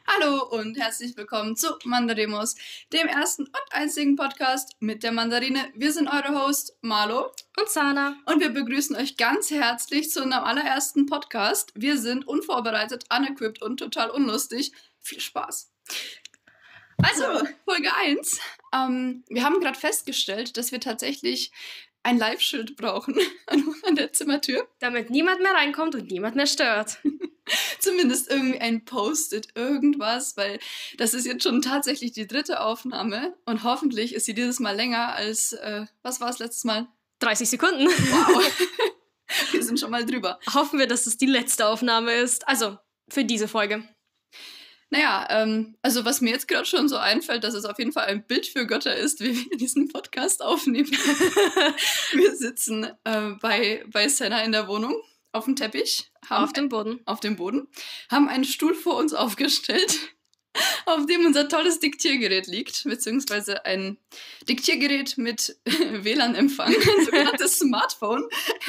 Hallo und herzlich willkommen zu Mandarimos, dem ersten und einzigen Podcast mit der Mandarine. Wir sind eure Hosts Marlo und Sana und wir begrüßen euch ganz herzlich zu unserem allerersten Podcast. Wir sind unvorbereitet, unequipped und total unlustig. Viel Spaß! Also, Folge 1. Wir haben gerade festgestellt, dass wir tatsächlich ein Live-Schild brauchen an der Zimmertür. Damit niemand mehr reinkommt und niemand mehr stört. Zumindest irgendwie ein Post-it, irgendwas, weil das ist jetzt schon tatsächlich die 3. Aufnahme und hoffentlich ist sie dieses Mal länger als, was war es letztes Mal? 30 Sekunden. Wow, wir sind schon mal drüber. Hoffen wir, dass es die letzte Aufnahme ist, also für diese Folge. Naja, also was mir jetzt gerade schon so einfällt, dass es auf jeden Fall ein Bild für Götter ist, wie wir diesen Podcast aufnehmen. Wir sitzen bei Senna in der Wohnung. Auf dem Teppich. Auf dem Boden. Haben einen Stuhl vor uns aufgestellt, auf dem unser tolles Diktiergerät liegt, beziehungsweise ein Diktiergerät mit WLAN-Empfang, ein sogenanntes Smartphone.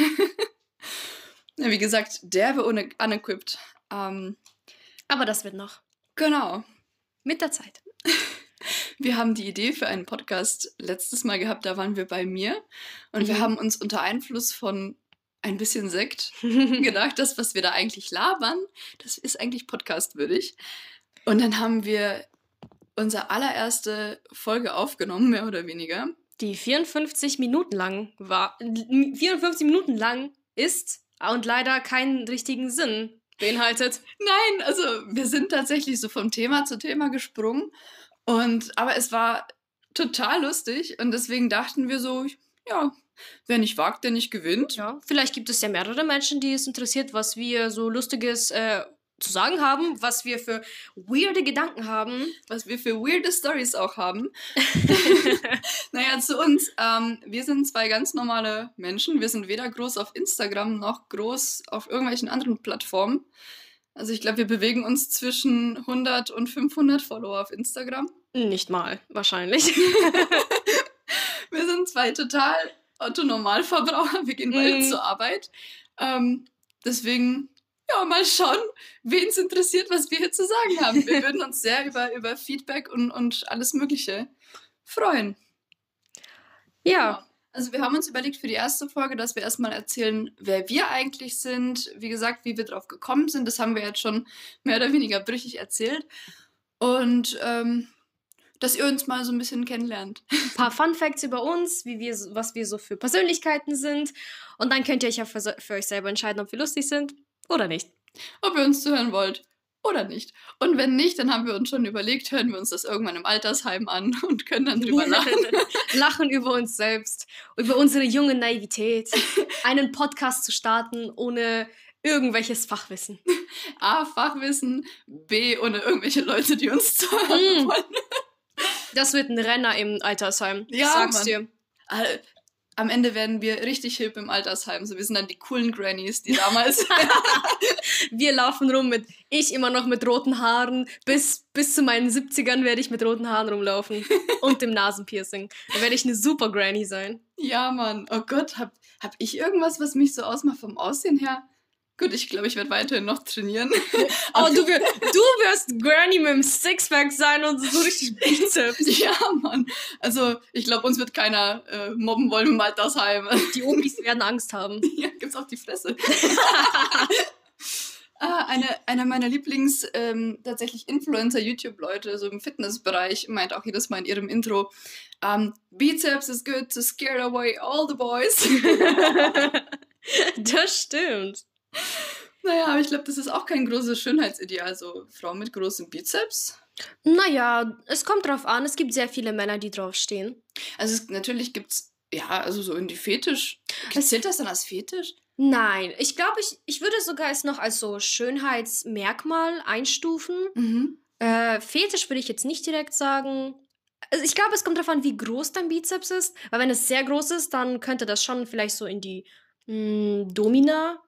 Ja, wie gesagt, derbe unequipped. Aber das wird noch. Genau. Mit der Zeit. Wir haben die Idee für einen Podcast letztes Mal gehabt, da waren wir bei mir und wir haben uns unter Einfluss von ein bisschen Sekt gedacht, das, was wir da eigentlich labern, das ist eigentlich podcastwürdig. Und dann haben wir unsere allererste Folge aufgenommen, mehr oder weniger. Die 54 Minuten lang war. 54 Minuten lang ist und leider keinen richtigen Sinn beinhaltet. Nein, also wir sind tatsächlich so von Thema zu Thema gesprungen. Aber es war total lustig und deswegen dachten wir so, ja, wer nicht wagt, der nicht gewinnt. Ja, vielleicht gibt es ja mehrere Menschen, die es interessiert, was wir so Lustiges zu sagen haben, was wir für weirde Gedanken haben. Was wir für weirde Stories auch haben. Naja, zu uns. Wir sind 2 ganz normale Menschen. Wir sind weder groß auf Instagram noch groß auf irgendwelchen anderen Plattformen. Also ich glaube, wir bewegen uns zwischen 100 und 500 Follower auf Instagram. Nicht mal, wahrscheinlich. Wir sind 2 total Otto-Normalverbraucher. Wir gehen beide zur Arbeit. Deswegen, ja, mal schauen, wen es interessiert, was wir hier zu sagen haben. Wir würden uns sehr über Feedback und alles Mögliche freuen. Ja. Also wir haben uns überlegt für die erste Folge, dass wir erstmal erzählen, wer wir eigentlich sind. Wie gesagt, wie wir drauf gekommen sind. Das haben wir jetzt schon mehr oder weniger brüchig erzählt. Und dass ihr uns mal so ein bisschen kennenlernt. Ein paar Fun Facts über uns, was wir so für Persönlichkeiten sind. Und dann könnt ihr euch ja für euch selber entscheiden, ob wir lustig sind oder nicht. Ob ihr uns zuhören wollt oder nicht. Und wenn nicht, dann haben wir uns schon überlegt, hören wir uns das irgendwann im Altersheim an und können dann drüber lachen. Lachen über uns selbst, über unsere junge Naivität, einen Podcast zu starten ohne irgendwelches Fachwissen. A, Fachwissen, B, ohne irgendwelche Leute, die uns zuhören wollen. Das wird ein Renner im Altersheim, ja, sag's dir. Am Ende werden wir richtig hip im Altersheim. So, wir sind dann die coolen Grannies, die damals... Wir laufen rum ich immer noch mit roten Haaren. Bis zu meinen 70ern werde ich mit roten Haaren rumlaufen. Und dem Nasenpiercing. Dann werde ich eine super Granny sein. Ja, Mann. Oh Gott, hab ich irgendwas, was mich so ausmacht vom Aussehen her? Gut, ich glaube, ich werde weiterhin noch trainieren. Oh, du wirst Granny mit dem Sixpack sein und so richtig Bizeps. Ja, Mann. Also, ich glaube, uns wird keiner mobben wollen im Altersheim. Die Opis werden Angst haben. Ja, gibt's auf die Fresse. Einer meiner Lieblings tatsächlich Influencer-YouTube-Leute, so im Fitnessbereich, meint auch jedes Mal in ihrem Intro, Bizeps is good to scare away all the boys. Das stimmt. Naja, aber ich glaube, das ist auch kein großes Schönheitsideal, so Frauen mit großen Bizeps. Naja, es kommt drauf an. Es gibt sehr viele Männer, die draufstehen. Also natürlich gibt's, ja, also so in die Fetisch. Zählt das dann als Fetisch? Nein, ich glaube, ich würde sogar es noch als so Schönheitsmerkmal einstufen. Fetisch würde ich jetzt nicht direkt sagen. Also ich glaube, es kommt darauf an, wie groß dein Bizeps ist. Weil wenn es sehr groß ist, dann könnte das schon vielleicht so in die Domina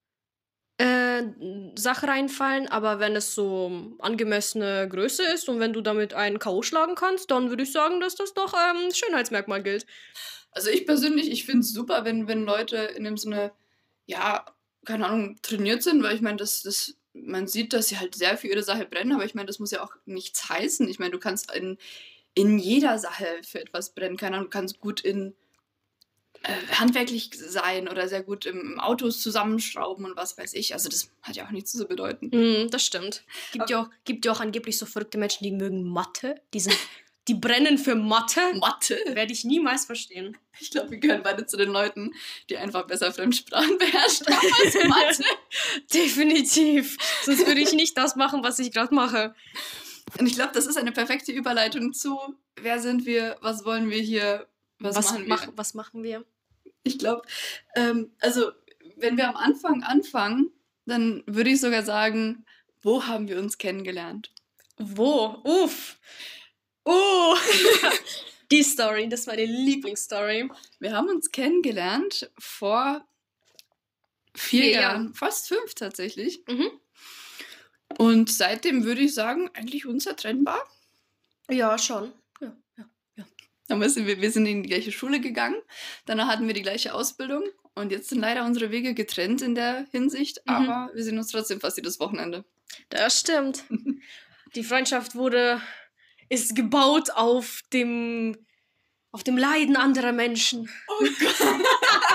Sache reinfallen. Aber wenn es so angemessene Größe ist und wenn du damit einen K.O. schlagen kannst, dann würde ich sagen, dass das doch Schönheitsmerkmal gilt. Also ich persönlich, ich finde es super, wenn Leute in dem Sinne, ja, keine Ahnung, trainiert sind, weil ich meine, das man sieht, dass sie halt sehr für ihre Sache brennen, aber ich meine, das muss ja auch nichts heißen. Ich meine, du kannst in jeder Sache für etwas brennen. Keine Ahnung, du kannst gut in handwerklich sein oder sehr gut im Autos zusammenschrauben und was weiß ich. Also das hat ja auch nichts zu bedeuten. Das stimmt. Gibt ja auch angeblich so verrückte Menschen, die mögen Mathe. Die brennen für Mathe. Mathe? Werde ich niemals verstehen. Ich glaube, wir gehören beide zu den Leuten, die einfach besser Fremdsprachen beherrscht haben als Mathe. Definitiv. Sonst würde ich nicht das machen, was ich gerade mache. Und ich glaube, das ist eine perfekte Überleitung zu, wer sind wir, was wollen wir hier, was machen wir? Ich glaube, also wenn wir am Anfang anfangen, dann würde ich sogar sagen, wo haben wir uns kennengelernt? Wo? Uff. Oh, die Story, das war die Lieblingsstory. Wir haben uns kennengelernt vor 4 Jahren, fast 5 tatsächlich. Und seitdem würde ich sagen, eigentlich unzertrennbar. Ja, schon. Ja. Wir sind in die gleiche Schule gegangen, danach hatten wir die gleiche Ausbildung und jetzt sind leider unsere Wege getrennt in der Hinsicht, aber wir sehen uns trotzdem fast jedes Wochenende. Das stimmt. Die Freundschaft ist gebaut auf dem Leiden anderer Menschen. Oh Gott.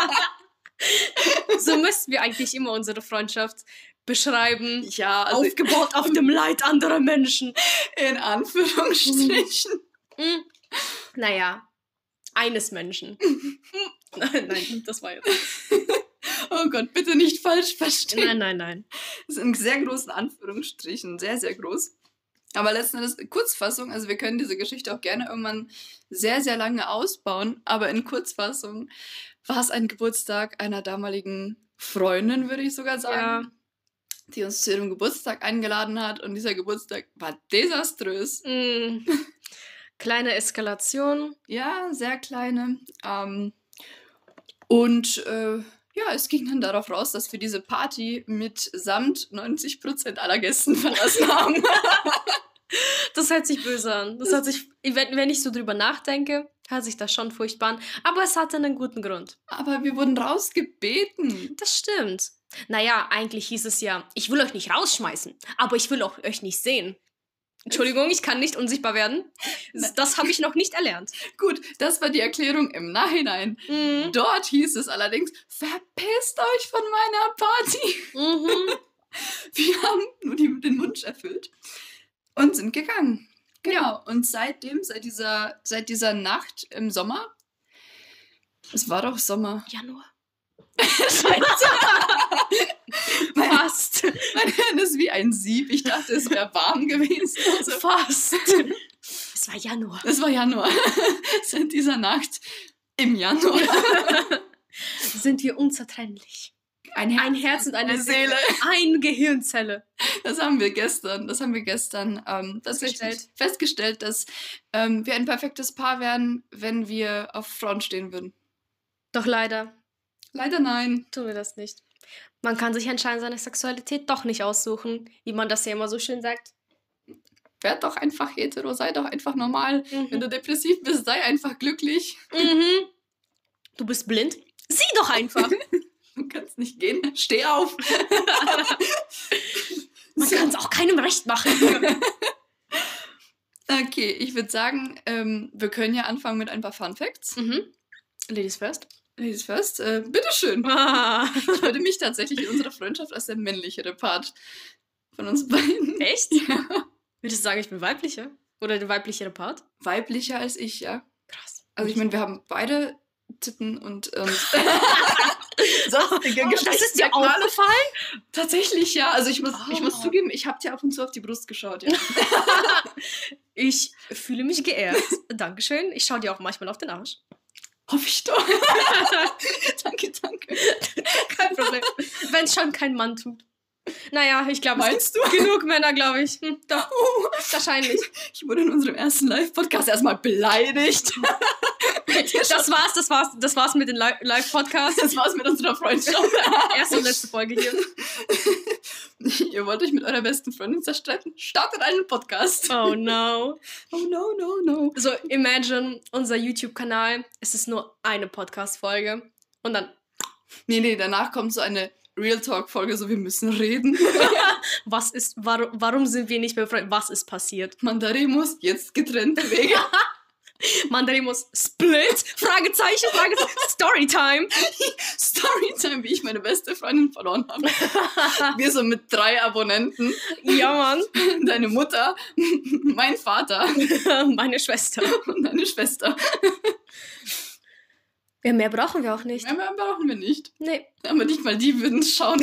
So müssten wir eigentlich immer unsere Freundschaft beschreiben. Ja, also aufgebaut auf dem Leid anderer Menschen. In Anführungsstrichen. Naja, eines Menschen. Nein, das war jetzt. Oh Gott, bitte nicht falsch verstehen. Nein. Das ist in sehr großen Anführungsstrichen, sehr, sehr groß. Aber letzten Endes, Kurzfassung, also wir können diese Geschichte auch gerne irgendwann sehr, sehr lange ausbauen, aber in Kurzfassung war es ein Geburtstag einer damaligen Freundin, würde ich sogar sagen, die uns zu ihrem Geburtstag eingeladen hat und dieser Geburtstag war desaströs. Kleine Eskalation. Ja, sehr kleine. Es ging dann darauf raus, dass wir diese Party mitsamt 90% aller Gästen verlassen haben. Das hört sich böse an. Wenn ich so drüber nachdenke, hört sich das schon furchtbar an. Aber es hatte einen guten Grund. Aber wir wurden rausgebeten. Das stimmt. Naja, eigentlich hieß es ja, ich will euch nicht rausschmeißen, aber ich will auch euch nicht sehen. Entschuldigung, ich kann nicht unsichtbar werden. Das habe ich noch nicht erlernt. Gut, das war die Erklärung im Nachhinein. Dort hieß es allerdings, verpisst euch von meiner Party. Wir haben nur den Wunsch erfüllt und sind gegangen. Genau. Ja. Und seit dieser Nacht im Sommer, es war doch Sommer. Januar. Scheiße. Fast. Mein Hirn ist wie ein Sieb. Ich dachte, es wäre warm gewesen. Also fast. Es war Januar. Seit dieser Nacht im Januar sind wir unzertrennlich. Ein Herz und eine Seele. Eine Gehirnzelle. Das haben wir gestern festgestellt, dass wir ein perfektes Paar wären, wenn wir auf Frauen stehen würden. Doch leider. Leider nein. Tun wir das nicht. Man kann sich anscheinend seine Sexualität doch nicht aussuchen, wie man das ja immer so schön sagt. Werd doch einfach hetero, sei doch einfach normal. Wenn du depressiv bist, sei einfach glücklich. Du bist blind? Sieh doch einfach. Du kannst nicht gehen, steh auf. Man kann es auch keinem recht machen. Okay, ich würde sagen, wir können ja anfangen mit ein paar Fun Facts. Ladies first. Ladies first, bitteschön. Ich würde mich tatsächlich in unserer Freundschaft als der männlichere Part von uns beiden. Echt? Ja. Würdest du sagen, ich bin weiblicher? Oder der weiblichere Part? Weiblicher als ich, ja. Krass. Also ich meine, wir haben beide Titten und sonstige Das ist dir aufgefallen? Tatsächlich, ja. Also ich muss zugeben, ich habe dir ab und zu auf die Brust geschaut, ja. Ich fühle mich geehrt. Dankeschön. Ich schaue dir auch manchmal auf den Arsch. Hoffe ich doch. Danke. Kein Problem. Wenn es schon kein Mann tut. Naja, ich glaube, meinst du? Genug Männer, glaube ich. Doch, wahrscheinlich. Ich wurde in unserem ersten Live-Podcast erstmal beleidigt. Das war's mit den Live-Podcasts. Das war's mit unserer Freundschaft. Erste und letzte Folge hier. Ihr wollt euch mit eurer besten Freundin zerstreiten? Startet einen Podcast. Oh no. Oh no. So, imagine, unser YouTube-Kanal, es ist nur eine Podcast-Folge. Und dann... Nee, danach kommt so eine Real Talk-Folge, so wir müssen reden. Warum sind wir nicht mehr befreundet? Was ist passiert? Mandaremus, jetzt getrennte Wege. Mandaremus, Split? Fragezeichen, Storytime. Storytime, wie ich meine beste Freundin verloren habe. Wir so mit 3 Abonnenten. Ja, Mann. Deine Mutter, mein Vater. Meine Schwester. Und deine Schwester. Ja, mehr brauchen wir auch nicht. Mehr brauchen wir nicht. Nee. Aber nicht mal die würden es schauen.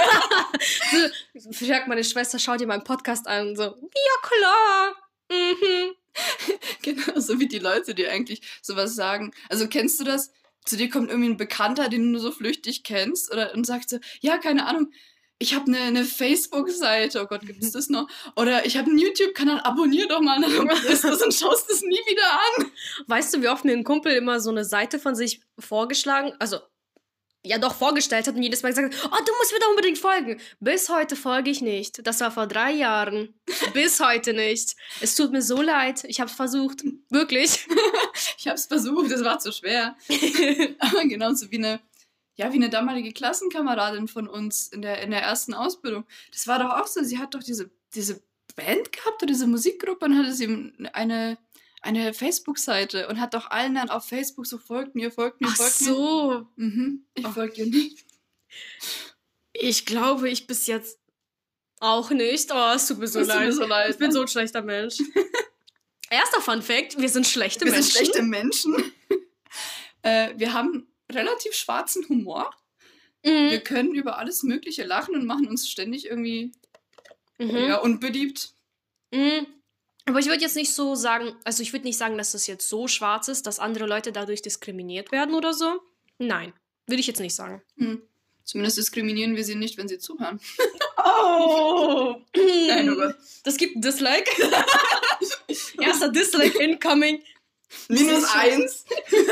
Fragt meine Schwester, schaut ihr meinen Podcast an. So, ja klar. Mhm. Genau, so wie die Leute, die eigentlich sowas sagen. Also kennst du das? Zu dir kommt irgendwie ein Bekannter, den du nur so flüchtig kennst und sagt so, ja, keine Ahnung, ich habe eine Facebook-Seite, oh Gott, gibt es das noch? Oder ich habe einen YouTube-Kanal, abonnier doch mal, dann ist das und schaust es nie wieder an. Weißt du, wie oft mir ein Kumpel immer so eine Seite von sich vorgestellt hat und jedes Mal gesagt hat, oh, du musst mir doch unbedingt folgen. Bis heute folge ich nicht. Das war vor 3 Jahren. Bis heute nicht. Es tut mir so leid. Ich habe es versucht. Wirklich. Ich habe es versucht, es war zu schwer. Aber genauso wie eine damalige Klassenkameradin von uns in der ersten Ausbildung. Das war doch auch so, sie hat doch diese Band gehabt oder diese Musikgruppe und hatte sie eine Facebook-Seite und hat doch allen dann auf Facebook so, folgt mir. Ach so. Ich folge dir nicht. Ich glaube, ich bis jetzt auch nicht. Oh, es tut mir so leid. Ich bin so ein schlechter Mensch. Erster Fun-Fact, wir sind schlechte Menschen. Wir sind schlechte Menschen. Wir haben relativ schwarzen Humor. Wir können über alles Mögliche lachen und machen uns ständig irgendwie unbeliebt. Aber ich würde jetzt nicht so sagen, also ich würde nicht sagen, dass das jetzt so schwarz ist, dass andere Leute dadurch diskriminiert werden oder so. Nein, würde ich jetzt nicht sagen. Zumindest diskriminieren wir sie nicht, wenn sie zuhören. Oh! Nein, oh Gott. Das gibt ein Dislike. Erster Dislike incoming. -1.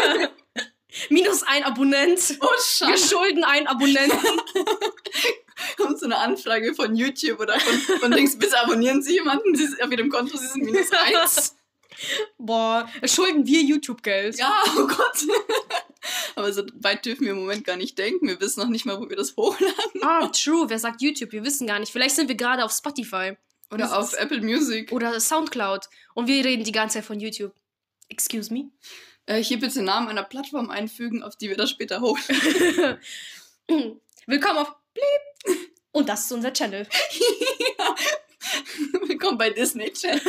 -1 Abonnent. Oh, Scheiße. Wir schulden einen Abonnenten. Kommt so eine Anfrage von YouTube oder von Dings, bitte abonnieren Sie jemanden, Sie sind auf Ihrem Konto, Sie sind -1. Boah, schulden wir YouTube-Geld. Ja, oh Gott. Aber so weit dürfen wir im Moment gar nicht denken. Wir wissen noch nicht mal, wo wir das hochladen. Ah, true. Wer sagt YouTube? Wir wissen gar nicht. Vielleicht sind wir gerade auf Spotify. Oder auf Apple Music. Oder Soundcloud. Und wir reden die ganze Zeit von YouTube. Excuse me? Hier bitte den Namen einer Plattform einfügen, auf die wir das später hochladen. Willkommen auf Bleep. Und das ist unser Channel. Ja. Willkommen bei Disney Channel.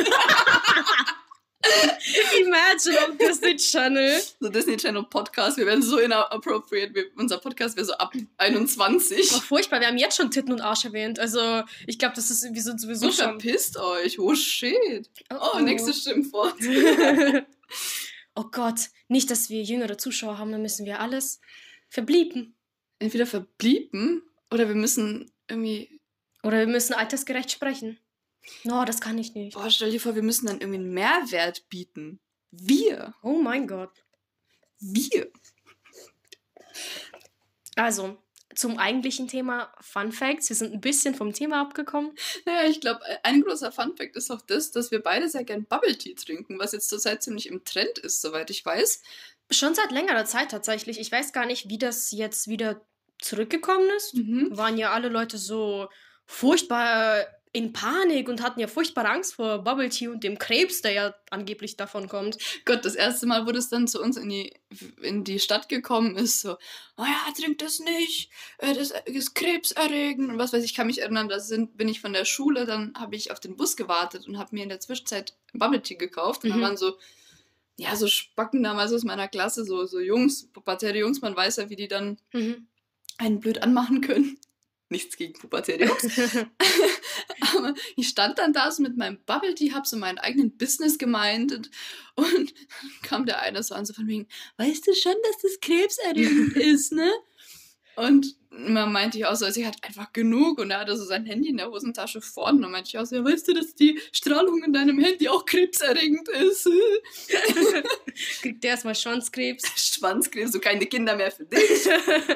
Imagine auf Disney Channel. So Disney Channel Podcast. Wir werden so inappropriate. Unser Podcast wäre so ab 21. Oh, furchtbar. Wir haben jetzt schon Titten und Arsch erwähnt. Also, ich glaube, wir sind sowieso schon... Verpisst euch. Oh, shit. Oh, nächstes Schimpfwort. Oh Gott. Nicht, dass wir jüngere Zuschauer haben, dann müssen wir alles verbliepen. Entweder verbliepen oder wir müssen irgendwie... Oder wir müssen altersgerecht sprechen. No, das kann ich nicht. Boah, stell dir vor, wir müssen dann irgendwie einen Mehrwert bieten. Wir. Oh mein Gott. Wir. Also, zum eigentlichen Thema Fun Facts. Wir sind ein bisschen vom Thema abgekommen. Naja, ich glaube, ein großer Fun Fact ist auch das, dass wir beide sehr gern Bubble Tea trinken, was jetzt zurzeit ziemlich im Trend ist, soweit ich weiß. Schon seit längerer Zeit tatsächlich. Ich weiß gar nicht, wie das jetzt wieder zurückgekommen ist. Waren ja alle Leute so furchtbar in Panik und hatten ja furchtbare Angst vor Bubble Tea und dem Krebs, der ja angeblich davon kommt. Gott, das erste Mal, wo das dann zu uns in die Stadt gekommen ist, so, oh ja, trink das nicht, das ist krebserregend und was weiß ich, kann mich erinnern, bin ich von der Schule, dann habe ich auf den Bus gewartet und habe mir in der Zwischenzeit Bubble Tea gekauft und dann waren so Spacken damals aus meiner Klasse, so Jungs, pubertäre Jungs, man weiß ja, wie die dann einen blöd anmachen können. Nichts gegen pubertäre Jungs. Aber ich stand dann da so mit meinem Bubble Tea, hab so meinen eigenen Business gemeint und dann kam der eine so an, so von wegen, weißt du schon, dass das krebserregend ist, ne? Und man meinte ich auch so, sie hat einfach genug und er hatte so sein Handy in der Hosentasche vorne und dann meinte ich auch so, ja, weißt du, dass die Strahlung in deinem Handy auch krebserregend ist? Kriegt der erstmal Schwanzkrebs? Schwanzkrebs, so keine Kinder mehr für dich.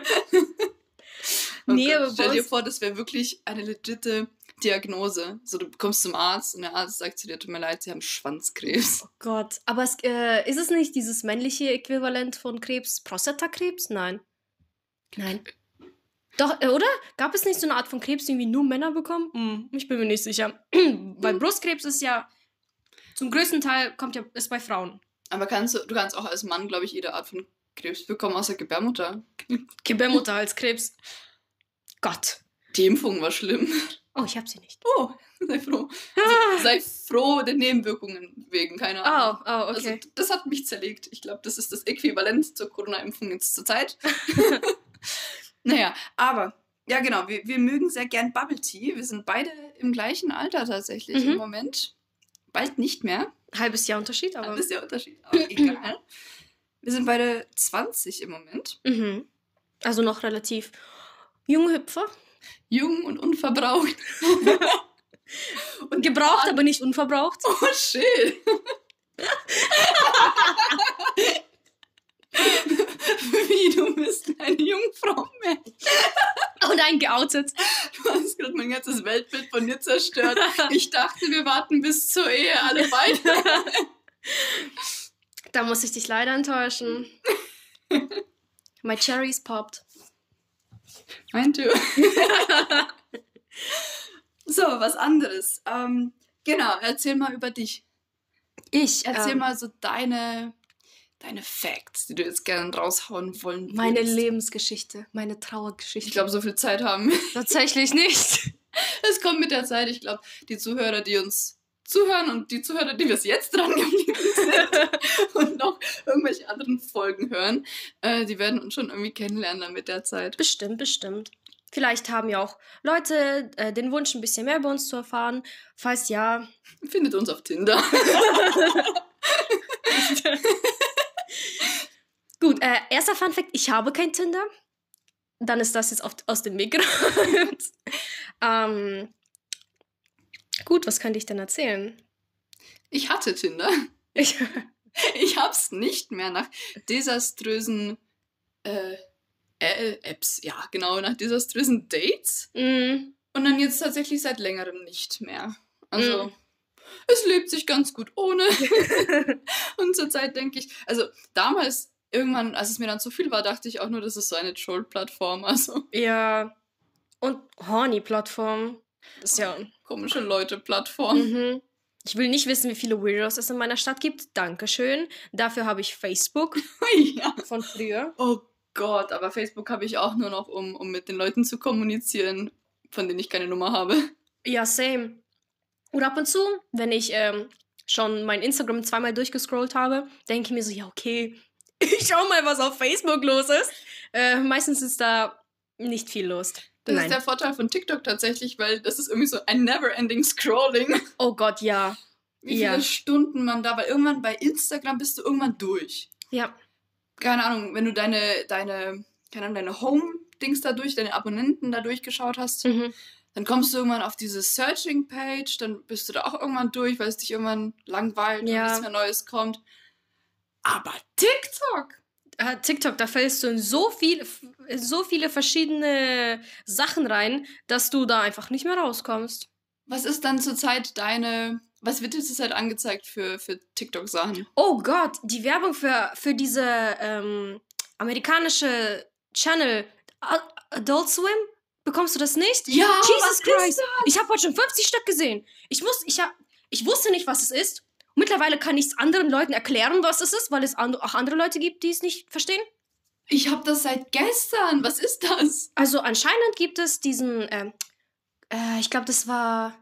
Nee, aber stell dir vor, das wäre wirklich eine legitime Diagnose. So, du kommst zum Arzt und der Arzt sagt zu dir, tut mir leid, sie haben Schwanzkrebs. Oh Gott, aber ist es nicht dieses männliche Äquivalent von Krebs? Prostatakrebs? Nein. Doch, oder? Gab es nicht so eine Art von Krebs, die irgendwie nur Männer bekommen? Ich bin mir nicht sicher. Weil Brustkrebs ist ja zum größten Teil ist bei Frauen. Aber du kannst auch als Mann, glaube ich, jede Art von Krebs bekommen, außer Gebärmutter. Gebärmutterhalskrebs. Gott. Die Impfung war schlimm. Oh, ich habe sie nicht. Oh, sei froh. Also, sei froh den Nebenwirkungen wegen, keine Ahnung. Oh, okay. Also, das hat mich zerlegt. Ich glaube, das ist das Äquivalent zur Corona-Impfung jetzt zur Zeit. Naja, aber, ja genau, wir mögen sehr gern Bubble Tea. Wir sind beide im gleichen Alter tatsächlich im Moment. Bald nicht mehr. Halbes Jahr Unterschied, aber... Halbes Jahr Unterschied, aber egal. Wir sind beide 20 im Moment. Also noch relativ junge Hüpfer. Jung und unverbraucht. Und gebraucht, aber nicht unverbraucht. Oh, shit. Wie, du bist eine Jungfrau mehr. Oh nein, geoutet. Du hast gerade mein ganzes Weltbild von dir zerstört. Ich dachte, wir warten bis zur Ehe, alle beide. Da muss ich dich leider enttäuschen. My cherries popped. Mein Tür. So, was anderes. Genau, erzähl mal über dich. Erzähl mal so deine Facts, die du jetzt gerne raushauen wollen würdest. Meine Lebensgeschichte, meine Trauergeschichte. Ich glaube, so viel Zeit haben wir tatsächlich nicht. Es kommt mit der Zeit. Ich glaube, die Zuhörer, die uns zuhören und die Zuhörer, die bis jetzt dran geblieben sind und noch irgendwelche anderen Folgen hören, die werden uns schon irgendwie kennenlernen dann mit der Zeit. Bestimmt. Vielleicht haben ja auch Leute den Wunsch, ein bisschen mehr über uns zu erfahren. Falls ja... Findet uns auf Tinder. Gut, erster Funfact, ich habe kein Tinder. Dann ist das jetzt aus dem Weg geräumt. Gut, was könnte ich denn erzählen? Ich hatte Tinder. Ich hab's nicht mehr nach desaströsen Apps, ja genau, nach desaströsen Dates. Und dann jetzt tatsächlich seit längerem nicht mehr. Also, es lebt sich ganz gut ohne. Und zurzeit denke ich, also damals, irgendwann, als es mir dann zu viel war, dachte ich auch nur, das ist so eine Troll-Plattform. Also. Ja, und Horny-Plattform. Das ist ja... Komische Leute-Plattform. Ich will nicht wissen, wie viele Weirdos es in meiner Stadt gibt. Dankeschön. Dafür habe ich Facebook. Ja. Von früher. Oh Gott, aber Facebook habe ich auch nur noch, um mit den Leuten zu kommunizieren, von denen ich keine Nummer habe. Ja, same. Und ab und zu, wenn ich schon mein Instagram zweimal durchgescrollt habe, denke ich mir so, ja okay, ich schau mal, was auf Facebook los ist. Meistens ist da nicht viel los. Das ist der Vorteil von TikTok tatsächlich, weil das ist irgendwie so ein never-ending Scrolling. Oh Gott, ja. Wie viele Stunden man da, weil irgendwann bei Instagram bist du irgendwann durch. Ja. Keine Ahnung, wenn du deine Home-Dings da durch, deine Abonnenten da durchgeschaut hast, dann kommst du irgendwann auf diese Searching-Page, dann bist du da auch irgendwann durch, weil es dich irgendwann langweilt und nichts mehr Neues kommt. Aber TikTok, da fällst du in so viele verschiedene Sachen rein, dass du da einfach nicht mehr rauskommst. Was ist dann zurzeit was wird dir zurzeit angezeigt für TikTok-Sachen? Oh Gott, die Werbung für diese amerikanische Channel Adult Swim? Bekommst du das nicht? Ja, Jesus Christ! Ich habe heute schon 50 Stück gesehen. Ich wusste nicht, was es ist. Mittlerweile kann ich es anderen Leuten erklären, was es ist, weil es auch andere Leute gibt, die es nicht verstehen. Ich habe das seit gestern. Was ist das? Also anscheinend gibt es diesen, ich glaube, das war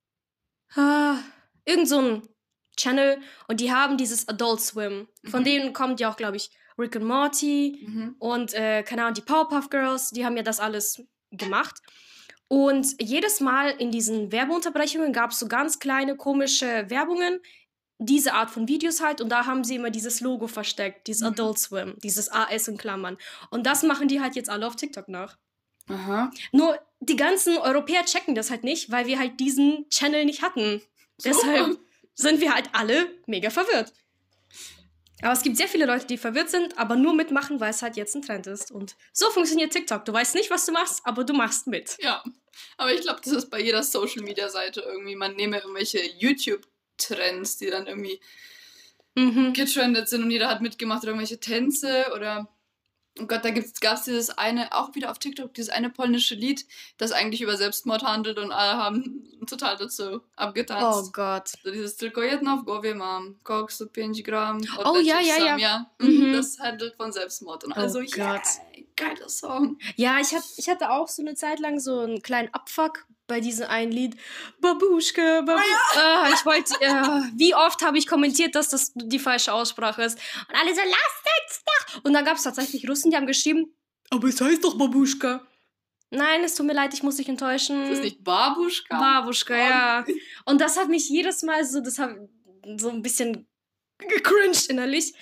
irgend so ein Channel und die haben dieses Adult Swim. Von denen kommt ja auch, glaube ich, Rick and Morty und, keine Ahnung, die Powerpuff Girls, die haben ja das alles gemacht. Und jedes Mal in diesen Werbeunterbrechungen gab es so ganz kleine, komische Werbungen, diese Art von Videos halt, und da haben sie immer dieses Logo versteckt, dieses Adult Swim, dieses AS in Klammern. Und das machen die halt jetzt alle auf TikTok nach. Aha. Nur die ganzen Europäer checken das halt nicht, weil wir halt diesen Channel nicht hatten. So. Deshalb sind wir halt alle mega verwirrt. Aber es gibt sehr viele Leute, die verwirrt sind, aber nur mitmachen, weil es halt jetzt ein Trend ist. Und so funktioniert TikTok. Du weißt nicht, was du machst, aber du machst mit. Ja, aber ich glaube, das ist bei jeder Social-Media-Seite irgendwie. Man nehme irgendwelche YouTube-Trends, die dann irgendwie getrendet sind und jeder hat mitgemacht oder irgendwelche Tänze oder Oh Gott, da gab es dieses eine, auch wieder auf TikTok, dieses eine polnische Lied, das eigentlich über Selbstmord handelt und alle haben total dazu abgetanzt. Oh Gott. So dieses Tylko jedno w głowie mam, koksu 5 Gramm. Oh ja, ja, ja. Ja. Das handelt von Selbstmord. Und also, ja, geiler Song. Ja, ich hatte auch so eine Zeit lang so einen kleinen Abfuck bei diesem einen Lied. Babuschka, Babuschka. Ich wollte, wie oft habe ich kommentiert, dass das die falsche Aussprache ist. Und alle so, lasst uns doch. Und dann gab es tatsächlich Russen, die haben geschrieben, aber es heißt doch Babuschka. Nein, es tut mir leid, ich muss dich enttäuschen. Ist das nicht Babuschka? Babuschka, ja. Und das hat mich jedes Mal so, so ein bisschen gecringed innerlich.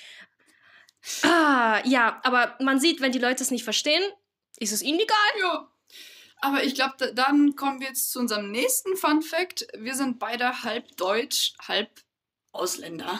Ja, aber man sieht, wenn die Leute es nicht verstehen, ist es ihnen egal. Ja. Aber ich glaube, dann kommen wir jetzt zu unserem nächsten Fun Fact. Wir sind beide halb Deutsch, halb Ausländer.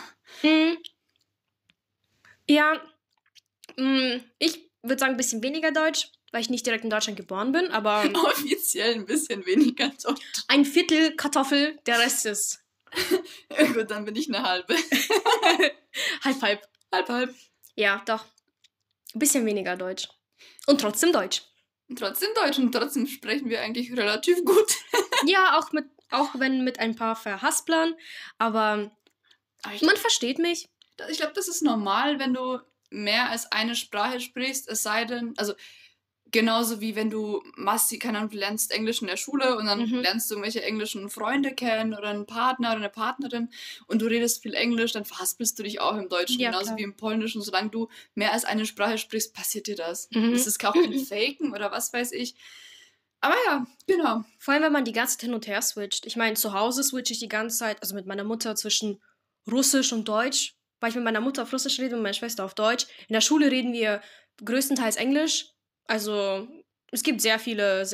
Ja, ich würde sagen, ein bisschen weniger Deutsch, weil ich nicht direkt in Deutschland geboren bin, aber... Offiziell ein bisschen weniger Deutsch. Ein Viertel Kartoffel, der Rest ist... Ja, gut, dann bin ich eine halbe. Halb. Halb. Ja, doch. Ein bisschen weniger Deutsch. Und trotzdem Deutsch. Und trotzdem sprechen wir eigentlich relativ gut. Ja, auch wenn mit ein paar Verhasplern, aber man versteht mich. Ich glaube, das ist normal, wenn du mehr als eine Sprache sprichst, es sei denn, also genauso wie wenn du keine Ahnung, du lernst Englisch in der Schule und dann lernst du irgendwelche englischen Freunde kennen oder einen Partner oder eine Partnerin und du redest viel Englisch, dann verhaspelst du dich auch im Deutschen, ja, genauso klar. Wie im Polnischen. Solange du mehr als eine Sprache sprichst, passiert dir das. Das ist auch kein Faken oder was weiß ich. Aber ja, genau. Vor allem, wenn man die ganze Zeit hin und her switcht. Ich meine, zu Hause switche ich die ganze Zeit, also mit meiner Mutter zwischen Russisch und Deutsch, weil ich mit meiner Mutter auf Russisch rede und meiner Schwester auf Deutsch. In der Schule reden wir größtenteils Englisch. Also, es gibt sehr viele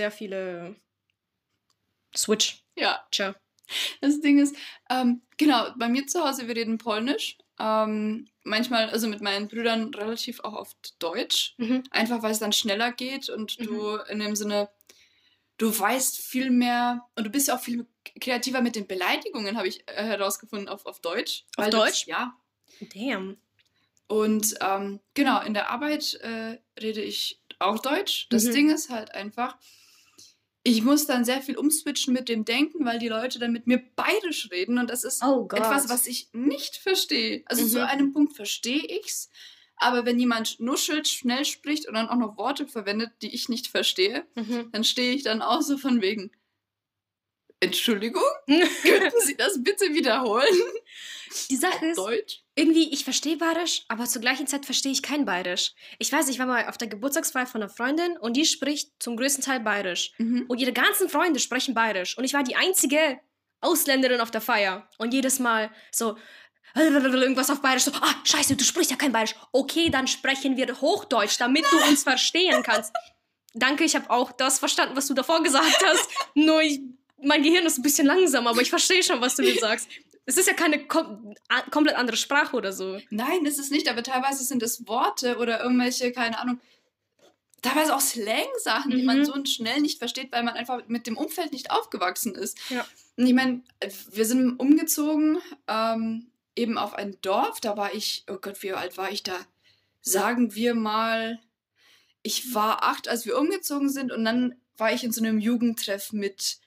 Switch. Ja. Tja. Das Ding ist, genau, bei mir zu Hause, wir reden Polnisch. Manchmal, also mit meinen Brüdern relativ auch oft Deutsch. Einfach, weil es dann schneller geht und du in dem Sinne, du weißt viel mehr und du bist ja auch viel kreativer mit den Beleidigungen, habe ich herausgefunden, auf Deutsch. Auf Deutsch? Ja. Damn. Und genau, in der Arbeit rede ich auch Deutsch. Das Ding ist halt einfach, ich muss dann sehr viel umswitchen mit dem Denken, weil die Leute dann mit mir bayerisch reden und das ist etwas, was ich nicht verstehe. Also zu einem Punkt verstehe ich's, aber wenn jemand nuschelt, schnell spricht und dann auch noch Worte verwendet, die ich nicht verstehe, dann stehe ich dann auch so von wegen, Entschuldigung, könnten Sie das bitte wiederholen? Die Sache ist, Deutsch? Irgendwie, ich verstehe Bayerisch, aber zur gleichen Zeit verstehe ich kein Bayerisch. Ich weiß, ich war mal auf der Geburtstagsfeier von einer Freundin und die spricht zum größten Teil Bayerisch. Und ihre ganzen Freunde sprechen Bayerisch. Und ich war die einzige Ausländerin auf der Feier. Und jedes Mal so, irgendwas auf Bayerisch, so, scheiße, du sprichst ja kein Bayerisch. Okay, dann sprechen wir Hochdeutsch, damit du uns verstehen kannst. Danke, ich habe auch das verstanden, was du davor gesagt hast. Nur mein Gehirn ist ein bisschen langsam, aber ich verstehe schon, was du mir sagst. Es ist ja keine komplett andere Sprache oder so. Nein, ist es nicht, aber teilweise sind es Worte oder irgendwelche, keine Ahnung, teilweise auch Slang-Sachen, die man so schnell nicht versteht, weil man einfach mit dem Umfeld nicht aufgewachsen ist. Ja. Und ich meine, wir sind umgezogen, eben auf ein Dorf, da war ich, oh Gott, wie alt war ich da? Sagen wir mal, ich war 8, als wir umgezogen sind und dann war ich in so einem Jugendtreff mit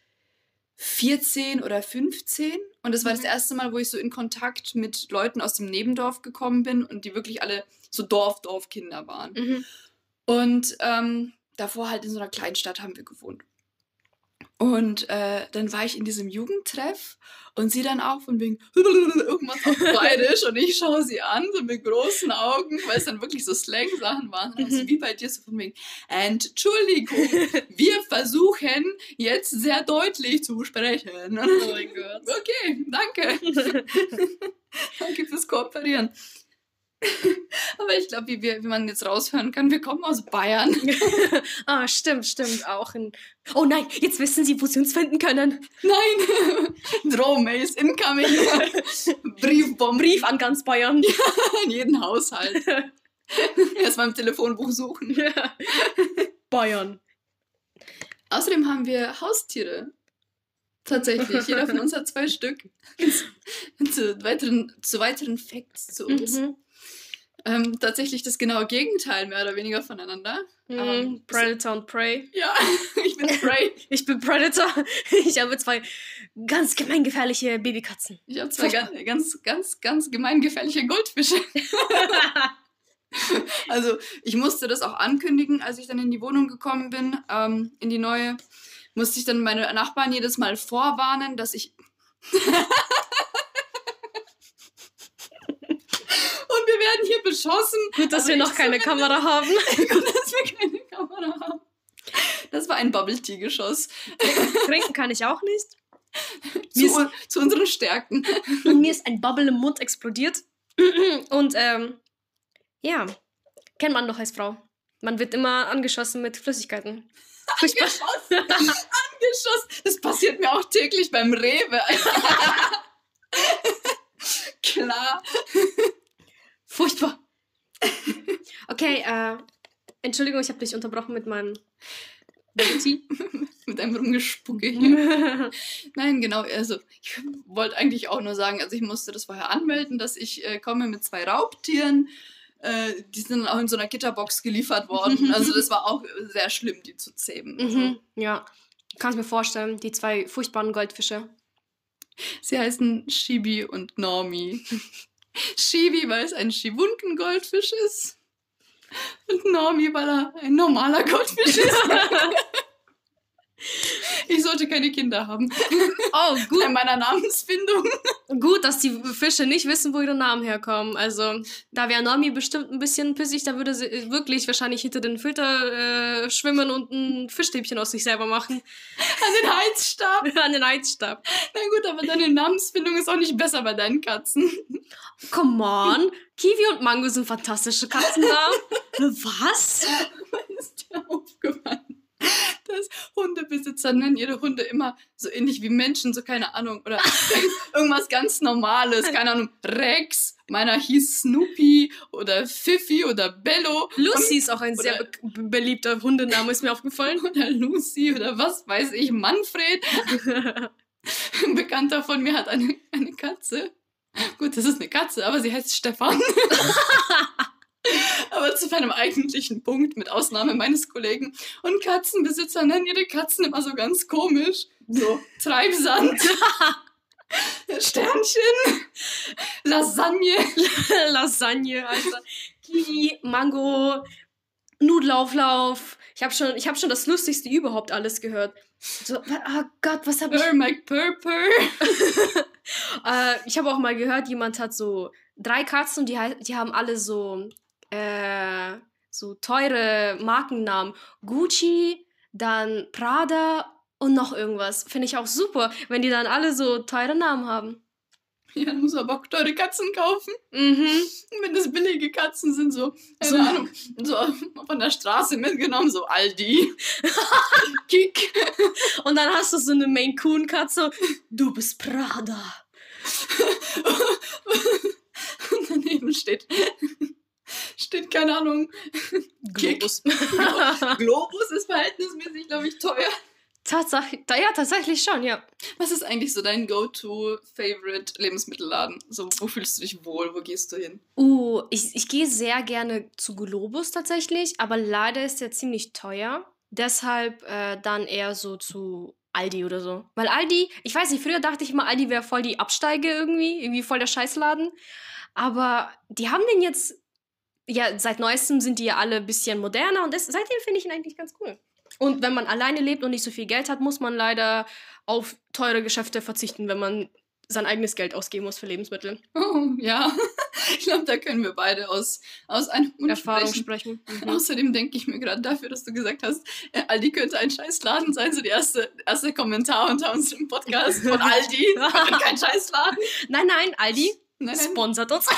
14 oder 15 und das war das erste Mal, wo ich so in Kontakt mit Leuten aus dem Nebendorf gekommen bin und die wirklich alle so Dorfkinder waren. Und davor halt in so einer Kleinstadt haben wir gewohnt. Und dann war ich in diesem Jugendtreff und sie dann auch von wegen irgendwas auf Bayerisch und ich schaue sie an, so mit großen Augen, weil es dann wirklich so Slang-Sachen waren. Und so wie bei dir, so von wegen, Entschuldigung, wir versuchen jetzt sehr deutlich zu sprechen. Oh mein Gott. Okay, danke. Danke fürs Kooperieren. Aber ich glaube, wie man jetzt raushören kann, wir kommen aus Bayern. Stimmt. Auch Oh nein, jetzt wissen Sie, wo Sie uns finden können. Nein. Drohmails incoming. Brief an ganz Bayern. Ja, in jeden Haushalt. Erstmal im Telefonbuch suchen. Ja. Bayern. Außerdem haben wir Haustiere. Tatsächlich. Jeder von uns hat 2 Stück. Zu weiteren Facts zu uns. Tatsächlich das genaue Gegenteil, mehr oder weniger voneinander. Predator und Prey. Ja, ich bin Prey. Ich bin Predator. Ich habe 2 ganz gemeingefährliche Babykatzen. Ich habe 2 ganz gemeingefährliche Goldfische. Also ich musste das auch ankündigen, als ich dann in die Wohnung gekommen bin, in die neue. Musste ich dann meine Nachbarn jedes Mal vorwarnen, dass ich... Und wir werden hier beschossen. Gut, dass wir noch keine Kamera haben. Gut, dass wir keine Kamera haben. Das war ein Bubble-Tea-Geschoss. Trinken kann ich auch nicht. Zu unseren Stärken. Und mir ist ein Bubble im Mund explodiert. Und ja, kennt man doch als Frau. Man wird immer angeschossen mit Flüssigkeiten. Angeschossen. Das passiert mir auch täglich beim Rewe. Klar. Furchtbar. Okay, Entschuldigung, ich habe dich unterbrochen mit meinem Tee. Mit einem Rumgespucke hier. Nein, genau, also ich wollte eigentlich auch nur sagen, also ich musste das vorher anmelden, dass ich komme mit 2 Raubtieren. Die sind dann auch in so einer Gitterbox geliefert worden. Also das war auch sehr schlimm, die zu zähmen. Also. Ja, kannst mir vorstellen, die 2 furchtbaren Goldfische. Sie heißen Shibi und Normi. Shibi, weil es ein Schiwunken-Goldfisch ist. Und Normi, weil er ein normaler Goldfisch ist. Ich sollte keine Kinder haben. Oh, gut. Bei meiner Namensfindung. Gut, dass die Fische nicht wissen, wo ihre Namen herkommen. Also, da wäre Normi bestimmt ein bisschen pissig, da würde sie wirklich wahrscheinlich hinter den Filter schwimmen und ein Fischstäbchen aus sich selber machen. An den Heizstab. An den Heizstab. Na gut, aber deine Namensfindung ist auch nicht besser bei deinen Katzen. Come on. Kiwi und Mango sind fantastische Katzennamen. Was? Wann ist dir aufgefallen, dass Hundebesitzer nennen ihre Hunde immer so ähnlich wie Menschen, so keine Ahnung, oder irgendwas ganz Normales, keine Ahnung, Rex, meiner hieß Snoopy oder Fifi oder Bello. Lucy ist auch ein sehr beliebter Hundename, ist mir aufgefallen. Oder Lucy oder was weiß ich, Manfred. Ein Bekannter von mir hat eine Katze. Gut, das ist eine Katze, aber sie heißt Stefan. Aber zu meinem eigentlichen Punkt, mit Ausnahme meines Kollegen. Und Katzenbesitzer nennen ihre Katzen immer so ganz komisch. So, Treibsand. Sternchen. Lasagne. Lasagne, Alter. Kiwi, Mango, Nudelauflauf. Ich hab schon das Lustigste überhaupt alles gehört. So, oh Gott, was hab ich... Mike Purper. Ich habe auch mal gehört, jemand hat so 3 Katzen und die haben alle so teure Markennamen. Gucci, dann Prada und noch irgendwas. Finde ich auch super, wenn die dann alle so teure Namen haben. Ja, dann muss man aber auch teure Katzen kaufen. Wenn das billige Katzen sind, so, keine Ahnung, so von der Straße mitgenommen, so Aldi, Kick. Und dann hast du so eine Maine Coon Katze, du bist Prada. Und daneben steht, keine Ahnung, Globus. Globus ist verhältnismäßig, glaube ich, teuer. Tatsächlich schon, ja. Was ist eigentlich so dein Go-To-Favorite Lebensmittelladen? So, wo fühlst du dich wohl? Wo gehst du hin? Ich gehe sehr gerne zu Globus tatsächlich, aber leider ist der ziemlich teuer. Deshalb dann eher so zu Aldi oder so. Weil Aldi, ich weiß nicht, früher dachte ich immer, Aldi wäre voll die Absteige irgendwie voll der Scheißladen. Aber die haben den jetzt, ja, seit Neuestem sind die ja alle ein bisschen moderner und seitdem finde ich ihn eigentlich ganz cool. Und wenn man alleine lebt und nicht so viel Geld hat, muss man leider auf teure Geschäfte verzichten, wenn man sein eigenes Geld ausgeben muss für Lebensmittel. Oh, ja. Ich glaube, da können wir beide aus einem Mund Erfahrung sprechen. Außerdem denke ich mir gerade dafür, dass du gesagt hast, Aldi könnte ein Scheißladen sein, so der erste Kommentar unter unserem Podcast von Aldi. Kein Scheißladen. Nein, Aldi sponsert uns.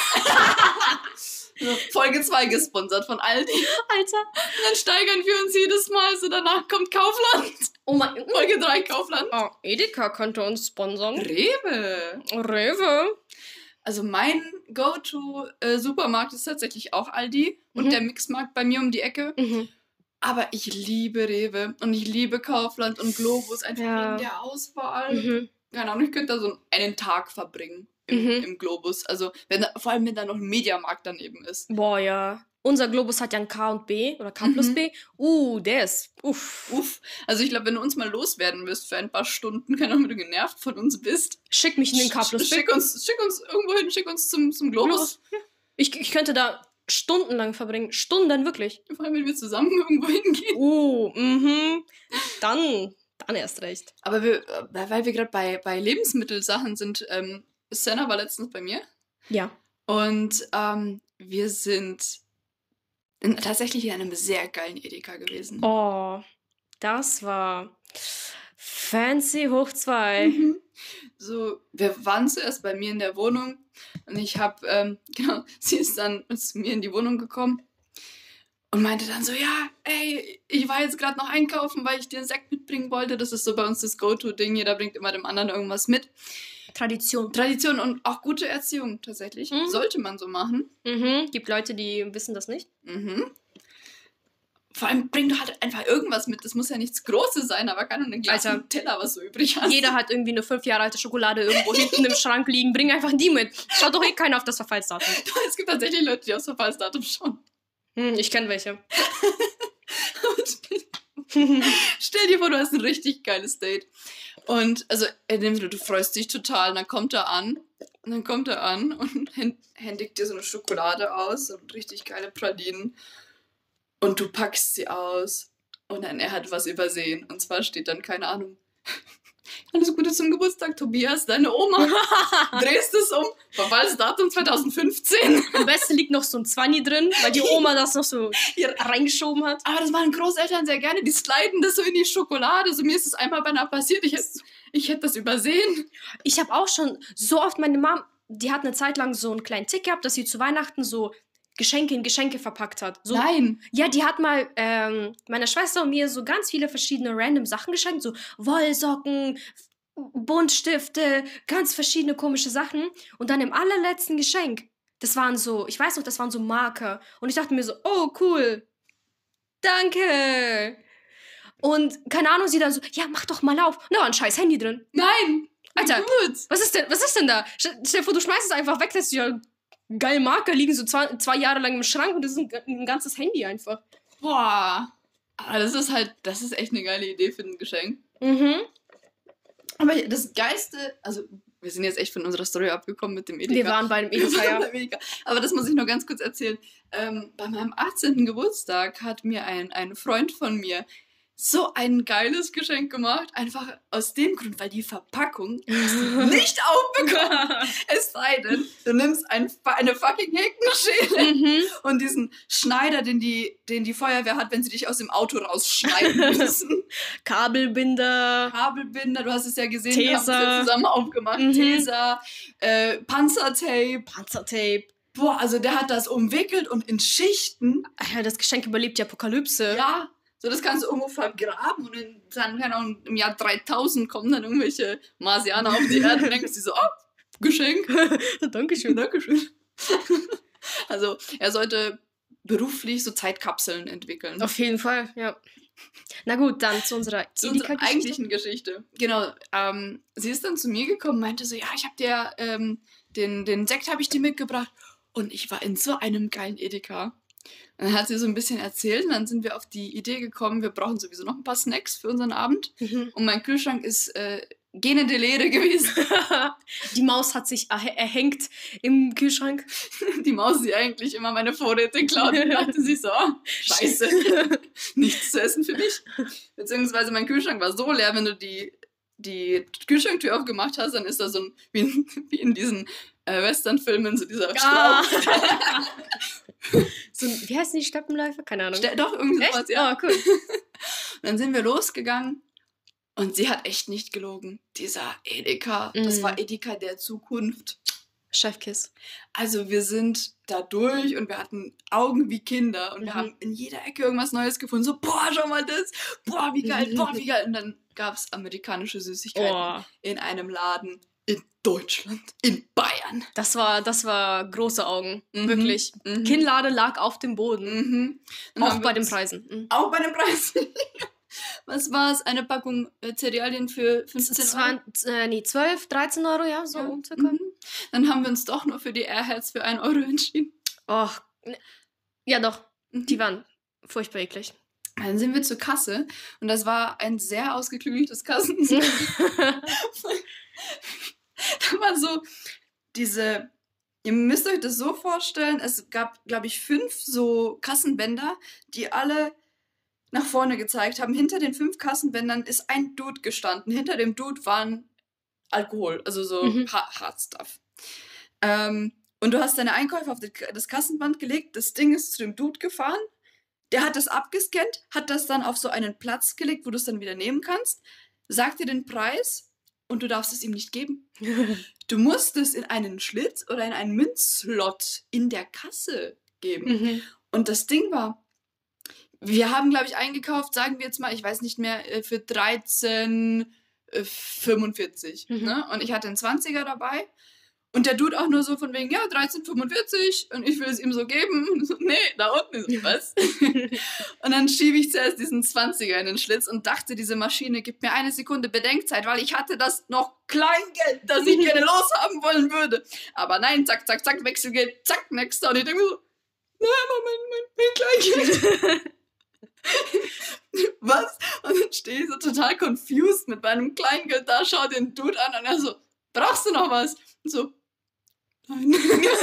Folge 2 gesponsert von Aldi. Alter. Und dann steigern wir uns jedes Mal, so danach kommt Kaufland. Oh mein, Folge 3 Kaufland. Oh, Edeka könnte uns sponsern. Rewe. Also mein Go-To-Supermarkt ist tatsächlich auch Aldi und der Mixmarkt bei mir um die Ecke. Aber ich liebe Rewe und ich liebe Kaufland und Globus, einfach in der Auswahl. Keine Ahnung, ich könnte da so einen Tag verbringen. im Globus. Also vor allem, wenn da noch ein Mediamarkt daneben ist. Boah, ja. Unser Globus hat ja ein K und B oder K plus B. Der ist, Uff. Also ich glaube, wenn du uns mal loswerden wirst für ein paar Stunden, keine Ahnung, wenn du genervt von uns bist. Schick mich in den K plus B. Schick uns irgendwo hin, schick uns zum Globus. Ja. Ich könnte da stundenlang verbringen. Stunden, wirklich. Vor allem, wenn wir zusammen irgendwo hingehen. Dann erst recht. Aber weil wir gerade bei Lebensmittelsachen sind, Senna war letztens bei mir. Ja. Und wir sind tatsächlich in einem sehr geilen Edeka gewesen. Oh, das war fancy hoch 2. So, wir waren zuerst bei mir in der Wohnung und ich habe, sie ist dann zu mir in die Wohnung gekommen und meinte dann so, ja, ey, ich war jetzt gerade noch einkaufen, weil ich dir einen Sekt mitbringen wollte. Das ist so bei uns das Go-To-Ding, jeder bringt immer dem anderen irgendwas mit. Tradition und auch gute Erziehung tatsächlich. Sollte man so machen. Gibt Leute, die wissen das nicht. Vor allem bring doch halt einfach irgendwas mit. Das muss ja nichts Großes sein, aber kann nur ein Glas und Teller, was du übrig hast. Jeder hat irgendwie eine 5 Jahre alte Schokolade irgendwo hinten im Schrank liegen. Bring einfach die mit. Schaut doch keiner auf das Verfallsdatum. Es gibt tatsächlich Leute, die aufs Verfallsdatum schauen. Ich kenne welche. Stell dir vor, du hast ein richtig geiles Date. Und also, du freust dich total. Und dann kommt er an. Und händigt dir so eine Schokolade aus. Und richtig geile Pralinen. Und du packst sie aus. Und dann, er hat was übersehen. Und zwar steht dann, keine Ahnung, alles Gute zum Geburtstag, Tobias, deine Oma. Drehst es um. Verfallsdatum 2015. Am besten liegt noch so ein 20 drin, weil die Oma das noch so reingeschoben hat. Aber das machen Großeltern sehr gerne. Die sliden das so in die Schokolade. So, mir ist es einmal beinahe passiert. Ich hätte das übersehen. Ich habe auch schon so oft, meine Mom, die hat eine Zeit lang so einen kleinen Tick gehabt, dass sie zu Weihnachten so Geschenke in Geschenke verpackt hat. So, Nein. Ja, die hat mal meiner Schwester und mir so ganz viele verschiedene random Sachen geschenkt. So Wollsocken, Buntstifte, ganz verschiedene komische Sachen. Und dann im allerletzten Geschenk, das waren so Marker. Und ich dachte mir so, oh, cool. Danke. Und keine Ahnung, sie dann so, ja, mach doch mal auf. Na, ein scheiß Handy drin. Nein. Alter, gut. Was ist denn da? Stell dir vor, du schmeißt es einfach weg, lässt ja geile Marker liegen so 2 Jahre lang im Schrank und das ist ein ganzes Handy einfach. Boah. Aber das ist echt eine geile Idee für ein Geschenk. Aber das Geiste, also wir sind jetzt echt von unserer Story abgekommen mit dem Edeka. Wir waren bei dem Edeka. Aber das muss ich noch ganz kurz erzählen. Bei meinem 18. Geburtstag hat mir ein Freund von mir so ein geiles Geschenk gemacht. Einfach aus dem Grund, weil die Verpackung nicht aufbekommen. Es sei denn, du nimmst eine fucking Heckenschere und diesen Schneider, den die Feuerwehr hat, wenn sie dich aus dem Auto rausschneiden müssen. Kabelbinder, du hast es ja gesehen, Tesa. wir haben es ja zusammen aufgemacht. Tesa, Panzertape. Boah, also der hat das umwickelt und in Schichten. Ja, das Geschenk überlebt die Apokalypse. Ja, so das kannst du irgendwo vergraben und dann, keine Ahnung, im Jahr 3000 kommen dann irgendwelche Marsianer auf die Erde und denkst du so, oh, Geschenk. Dankeschön. Also er sollte beruflich so Zeitkapseln entwickeln. Auf jeden Fall, ja. Na gut, dann zu unserer eigentlichen Geschichte. Genau, sie ist dann zu mir gekommen und meinte so, ja, ich habe dir, den Sekt habe ich dir mitgebracht und ich war in so einem geilen Edeka. Und dann hat sie so ein bisschen erzählt und dann sind wir auf die Idee gekommen, wir brauchen sowieso noch ein paar Snacks für unseren Abend. Und mein Kühlschrank ist gähnende Leere gewesen. Die Maus hat sich erhängt im Kühlschrank. Die Maus, die eigentlich immer meine Vorräte klaut, dachte sich so, oh, scheiße, nichts zu essen für mich. Beziehungsweise mein Kühlschrank war so leer, wenn du die Kühlschranktür aufgemacht hast, dann ist da so ein, wie in diesen Western-Filmen, so dieser Staub. So, wie heißen die Steppenläufer? Keine Ahnung. Doch, irgendwie sowas, ja. Oh, cool. Dann sind wir losgegangen und sie hat echt nicht gelogen. Dieser Edeka, das war Edeka der Zukunft. Chefkiss. Also wir sind da durch und wir hatten Augen wie Kinder und wir haben in jeder Ecke irgendwas Neues gefunden. So, boah, schau mal das. Boah, wie geil, boah, wie geil. Und dann gab es amerikanische Süßigkeiten in einem Laden in Deutschland, in Bayern. Das war große Augen, wirklich. Kinnlade lag auf dem Boden. Auch bei den Preisen. Auch bei den Preisen. Was war es? Eine Packung Cerealien für 15 Euro? 12, 13 Euro, ja, so circa. Dann haben wir uns doch nur für die Airheads für 1 Euro entschieden. Och, ja doch, die waren furchtbar eklig. Dann sind wir zur Kasse und das war ein sehr ausgeklügeltes Kassensystem. Da war so ihr müsst euch das so vorstellen, es gab, glaube ich, 5 so Kassenbänder, die alle nach vorne gezeigt haben. Hinter den 5 Kassenbändern ist ein Dude gestanden. Hinter dem Dude waren Alkohol, also so Hard Stuff. Und du hast deine Einkäufe auf das Kassenband gelegt, das Ding ist zu dem Dude gefahren, der hat das abgescannt, hat das dann auf so einen Platz gelegt, wo du es dann wieder nehmen kannst, sagt dir den Preis und du darfst es ihm nicht geben. Du musst es in einen Schlitz oder in einen Münzslot in der Kasse geben. Und das Ding war, wir haben, glaube ich, eingekauft, sagen wir jetzt mal, ich weiß nicht mehr, für 13,45. Ne? Und ich hatte einen 20er dabei. Und der Dude auch nur so von wegen, ja, 13,45 und ich will es ihm so geben. Und so, nee, da unten ist was. Und dann schiebe ich zuerst diesen 20er in den Schlitz und dachte, diese Maschine gibt mir 1 Sekunde Bedenkzeit, weil ich hatte das noch Kleingeld, das ich gerne loshaben wollen würde. Aber nein, zack, zack, zack, Wechselgeld, zack, nächster. Und ich denke so, nein, mein Kleingeld. Was? Und dann stehe ich so total confused mit meinem Kleingeld da, schau den Dude an und er so, brauchst du noch was? Und so, nein.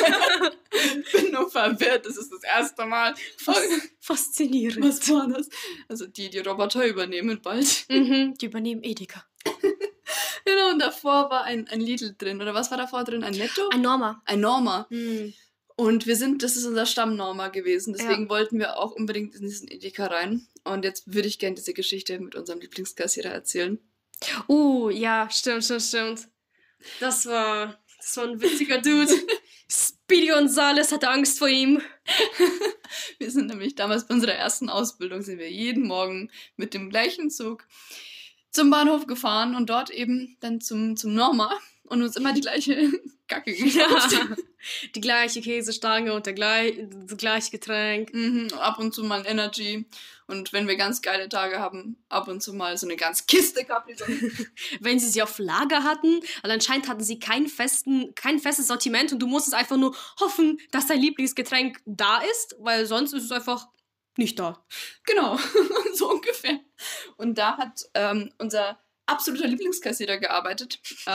Ich bin nur verwirrt, das ist das erste Mal. Faszinierend. Was war das? Also die Roboter übernehmen bald. Die übernehmen Edeka. Genau, und davor war ein Lidl drin. Oder was war davor drin? Ein Netto? Ein Norma. Ein Norma. Und das ist unser Stammnorma gewesen. Deswegen wollten wir auch unbedingt in diesen Edeka rein. Und jetzt würde ich gerne diese Geschichte mit unserem Lieblingskassierer erzählen. Ja, stimmt. Das war ein witziger Dude. Speedy Gonzales hatte Angst vor ihm. Wir sind nämlich damals bei unserer ersten Ausbildung, sind wir jeden Morgen mit dem gleichen Zug zum Bahnhof gefahren und dort eben dann zum Norma und uns immer die gleiche Kacke gekauft. Ja, die gleiche Käsestange und das gleiche Getränk. Ab und zu mal ein Energy. Und wenn wir ganz geile Tage haben, ab und zu mal so eine ganz Kiste Capri. Wenn sie auf Lager hatten, weil anscheinend hatten sie kein festes Sortiment und du musstest einfach nur hoffen, dass dein Lieblingsgetränk da ist, weil sonst ist es einfach nicht da. Genau, so ungefähr. Und da hat unser absoluter Lieblingskassierer gearbeitet.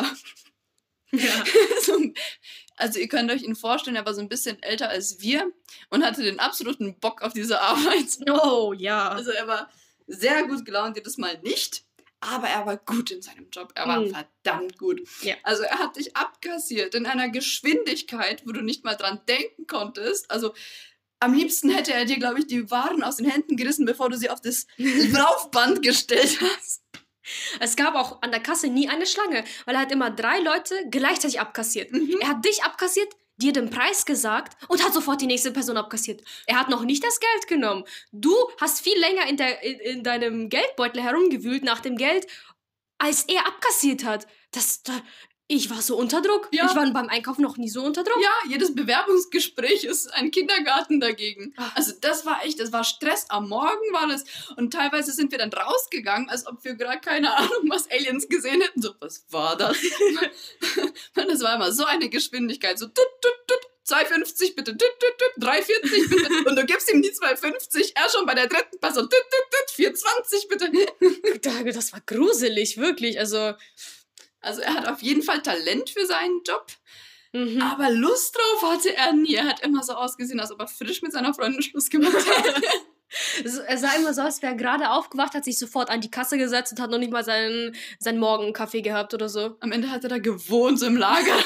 Ja. Also ihr könnt euch ihn vorstellen, er war so ein bisschen älter als wir und hatte den absoluten Bock auf diese Arbeit. Oh, ja. Also er war sehr gut gelaunt, jedes Mal nicht, aber er war gut in seinem Job. Er war verdammt gut. Ja. Also er hat dich abkassiert in einer Geschwindigkeit, wo du nicht mal dran denken konntest. Also am liebsten hätte er dir, glaube ich, die Waren aus den Händen gerissen, bevor du sie auf das Laufband gestellt hast. Es gab auch an der Kasse nie eine Schlange, weil er hat immer 3 Leute gleichzeitig abkassiert. Er hat dich abkassiert, dir den Preis gesagt und hat sofort die nächste Person abkassiert. Er hat noch nicht das Geld genommen. Du hast viel länger in deinem Geldbeutel herumgewühlt nach dem Geld, als er abkassiert hat. Ich war so unter Druck. Ja. Ich war beim Einkaufen noch nie so unter Druck. Ja, jedes Bewerbungsgespräch ist ein Kindergarten dagegen. Also das war Stress. Am Morgen war das. Und teilweise sind wir dann rausgegangen, als ob wir gerade keine Ahnung, was Aliens gesehen hätten. So, was war das? Das war immer so eine Geschwindigkeit. So, 2,50 bitte, 3,40 bitte. Und du gibst ihm die 2,50, er schon bei der 3. Person, 4,20 bitte. Das war gruselig, wirklich. Also er hat auf jeden Fall Talent für seinen Job, aber Lust drauf hatte er nie. Er hat immer so ausgesehen, als ob er frisch mit seiner Freundin Schluss gemacht hat. Er sah immer so aus, wäre gerade aufgewacht, hat sich sofort an die Kasse gesetzt und hat noch nicht mal seinen Morgenkaffee gehabt oder so. Am Ende hat er da gewohnt, so im Lager.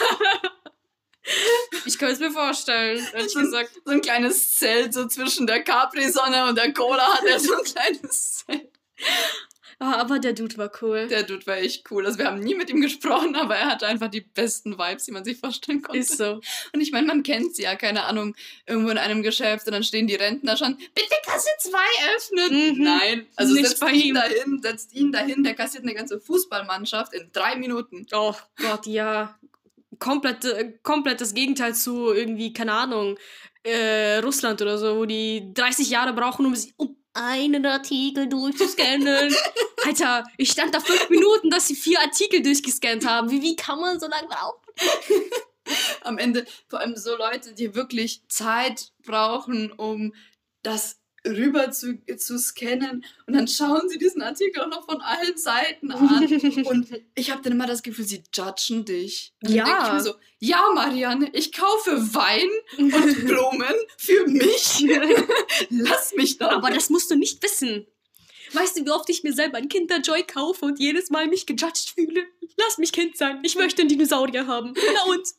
Ich könnte es mir vorstellen, ehrlich gesagt. So ein kleines Zelt, so zwischen der Capri-Sonne und der Cola hat er so ein kleines Zelt. Aber der Dude war cool. Der Dude war echt cool. Also wir haben nie mit ihm gesprochen, aber er hatte einfach die besten Vibes, die man sich vorstellen konnte. Ist so. Und ich meine, man kennt sie ja, keine Ahnung, irgendwo in einem Geschäft und dann stehen die Rentner schon, bitte Kasse 2 öffnen. Nein, also setzt ihn dahin, der kassiert eine ganze Fußballmannschaft in 3 Minuten. Oh Gott, ja. Komplett das Gegenteil zu irgendwie, keine Ahnung, Russland oder so, wo die 30 Jahre brauchen, um einen Artikel durchzuscannen. Alter, ich stand da 5 Minuten, dass sie 4 Artikel durchgescannt haben. Wie kann man so lange brauchen? Am Ende vor allem so Leute, die wirklich Zeit brauchen, um das rüber zu scannen und dann schauen sie diesen Artikel auch noch von allen Seiten an und ich habe dann immer das Gefühl, sie judgen dich. Und dann denke ich mir so, ja Marianne, ich kaufe Wein und Blumen für mich. Lass mich doch. Aber das musst du nicht wissen. Weißt du, wie oft ich mir selber ein Kinderjoy kaufe und jedes Mal mich gejudged fühle? Lass mich Kind sein. Ich möchte einen Dinosaurier haben. Na und?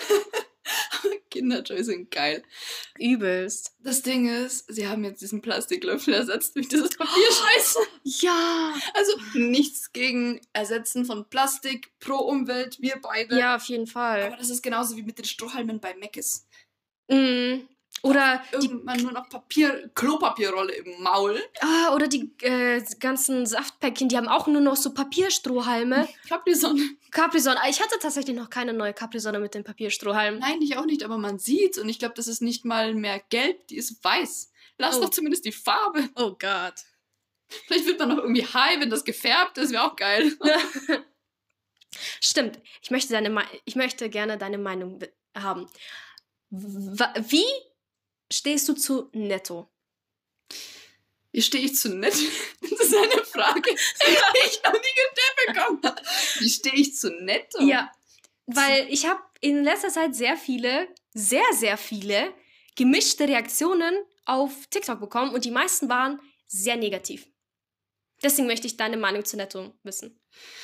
Kinderjoy sind geil. Übelst. Das Ding ist, sie haben jetzt diesen Plastiklöffel ersetzt durch dieses Papierscheiß. Ja. Also nichts gegen Ersetzen von Plastik pro Umwelt, wir beide. Ja, auf jeden Fall. Aber das ist genauso wie mit den Strohhalmen bei Mc's. Oder irgendwann nur noch Klopapierrolle im Maul. Oder die ganzen Saftpäckchen, die haben auch nur noch so Papierstrohhalme. Capri-Sonne. Ich hatte tatsächlich noch keine neue Capri-Sonne mit den Papierstrohhalmen. Nein, ich auch nicht, aber man sieht's und ich glaube, das ist nicht mal mehr gelb, die ist weiß. Lass doch zumindest die Farbe. Oh Gott. Vielleicht wird man noch irgendwie high, wenn das gefärbt ist, wäre auch geil. Stimmt. Ich möchte gerne deine Meinung haben. Wie stehst du zu Netto? Wie stehe ich zu Netto? Das ist eine Frage, die ich noch nie gestellt bekommen habe. Wie stehe ich zu Netto? Ja, weil ich habe in letzter Zeit sehr viele gemischte Reaktionen auf TikTok bekommen und die meisten waren sehr negativ. Deswegen möchte ich deine Meinung zu Netto wissen.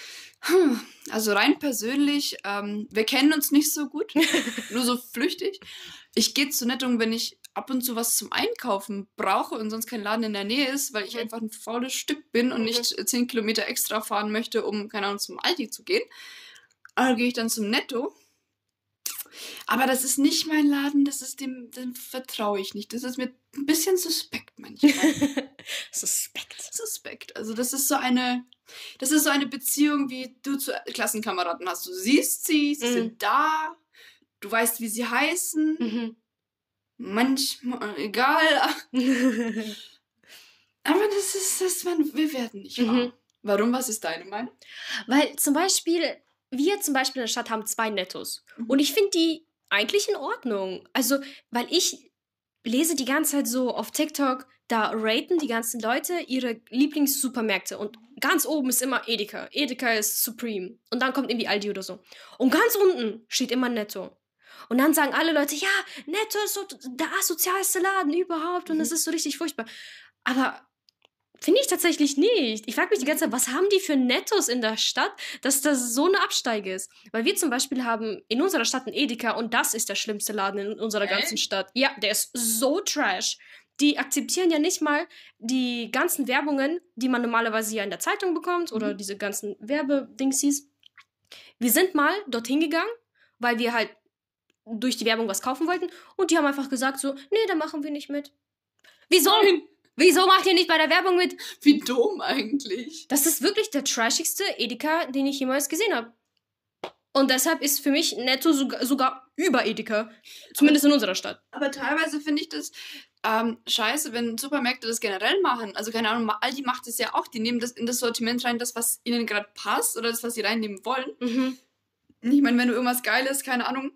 Also rein persönlich, wir kennen uns nicht so gut, nur so flüchtig. Ich gehe zu Netto, wenn ich ab und zu was zum Einkaufen brauche und sonst kein Laden in der Nähe ist, weil ich einfach ein faules Stück bin und nicht 10 Kilometer extra fahren möchte, um, keine Ahnung, zum Aldi zu gehen. Also gehe ich dann zum Netto. Aber das ist nicht mein Laden, dem vertraue ich nicht. Das ist mir ein bisschen suspekt manchmal. Suspekt. Also das ist so eine Beziehung, wie du zu Klassenkameraden hast. Du siehst sie sind da, du weißt, wie sie heißen. Manchmal, egal. Aber wir werden nicht warm. Warum? Was ist deine Meinung? Weil wir zum Beispiel in der Stadt haben 2 Nettos. Und ich finde die eigentlich in Ordnung. Also, weil ich lese die ganze Zeit so auf TikTok, da raten die ganzen Leute ihre Lieblingssupermärkte. Und ganz oben ist immer Edeka. Edeka ist Supreme. Und dann kommt irgendwie Aldi oder so. Und ganz unten steht immer Netto. Und dann sagen alle Leute, ja, Netto ist so der asozialste Laden überhaupt und es ist so richtig furchtbar. Aber finde ich tatsächlich nicht. Ich frage mich die ganze Zeit, was haben die für Nettos in der Stadt, dass das so eine Absteige ist? Weil wir zum Beispiel haben in unserer Stadt einen Edeka und das ist der schlimmste Laden in unserer ganzen Stadt. Ja, der ist so trash. Die akzeptieren ja nicht mal die ganzen Werbungen, die man normalerweise ja in der Zeitung bekommt oder diese ganzen Werbedingsies. Wir sind mal dorthin gegangen, weil wir halt durch die Werbung was kaufen wollten und die haben einfach gesagt so, nee, da machen wir nicht mit. Wieso? Wieso macht ihr nicht bei der Werbung mit? Wie dumm eigentlich. Das ist wirklich der trashigste Edeka, den ich jemals gesehen habe. Und deshalb ist für mich Netto sogar über Edeka. Zumindest in unserer Stadt. Aber teilweise finde ich das scheiße, wenn Supermärkte das generell machen. Also keine Ahnung, Aldi macht es ja auch. Die nehmen das in das Sortiment rein, das, was ihnen gerade passt oder das, was sie reinnehmen wollen. Ich meine, wenn du irgendwas Geiles, keine Ahnung,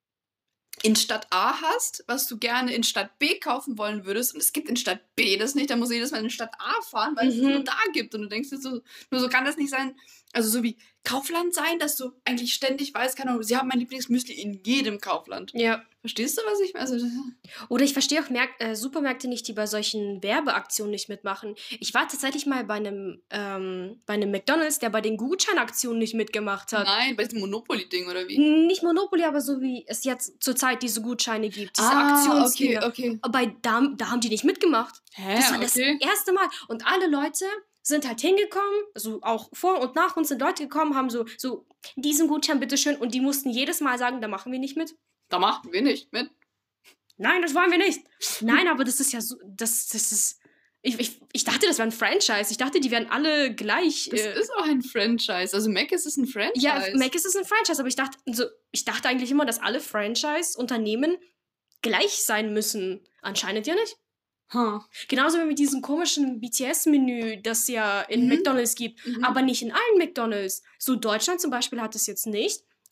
in Stadt A hast, was du gerne in Stadt B kaufen wollen würdest und es gibt in Stadt B das nicht, dann muss ich jedes Mal in Stadt A fahren, weil es nur da gibt und du denkst dir so, nur so kann das nicht sein, also so wie Kaufland sein, dass du eigentlich ständig weißt, keine Ahnung, sie haben mein Lieblingsmüsli in jedem Kaufland. Ja. Verstehst du, was ich meine? Also, oder ich verstehe auch Supermärkte nicht, die bei solchen Werbeaktionen nicht mitmachen. Ich war tatsächlich mal bei einem McDonald's, der bei den Gutscheinaktionen nicht mitgemacht hat. Nein, bei diesem Monopoly-Ding, oder wie? Nicht Monopoly, aber so wie es jetzt zurzeit diese Gutscheine gibt. Diese Aktionsdinger. Okay. Aber da haben die nicht mitgemacht. Das war das erste Mal. Und alle Leute sind halt hingekommen, also auch vor und nach uns sind Leute gekommen, haben so diesen Gutschein bitteschön und die mussten jedes Mal sagen, da machen wir nicht mit. Da machen wir nicht mit. Nein, das wollen wir nicht. Nein, aber das ist ja so, das ist, ich dachte, das wäre ein Franchise. Ich dachte, die wären alle gleich. Das ist auch ein Franchise. Also Mc's ist ein Franchise. Ja, Mc's ist ein Franchise, aber ich dachte eigentlich immer, dass alle Franchise-Unternehmen gleich sein müssen. Anscheinend ja nicht. Genauso wie mit diesem komischen BTS-Menü, das ja in McDonald's gibt, aber nicht in allen McDonald's. So Deutschland zum Beispiel hat es jetzt nicht,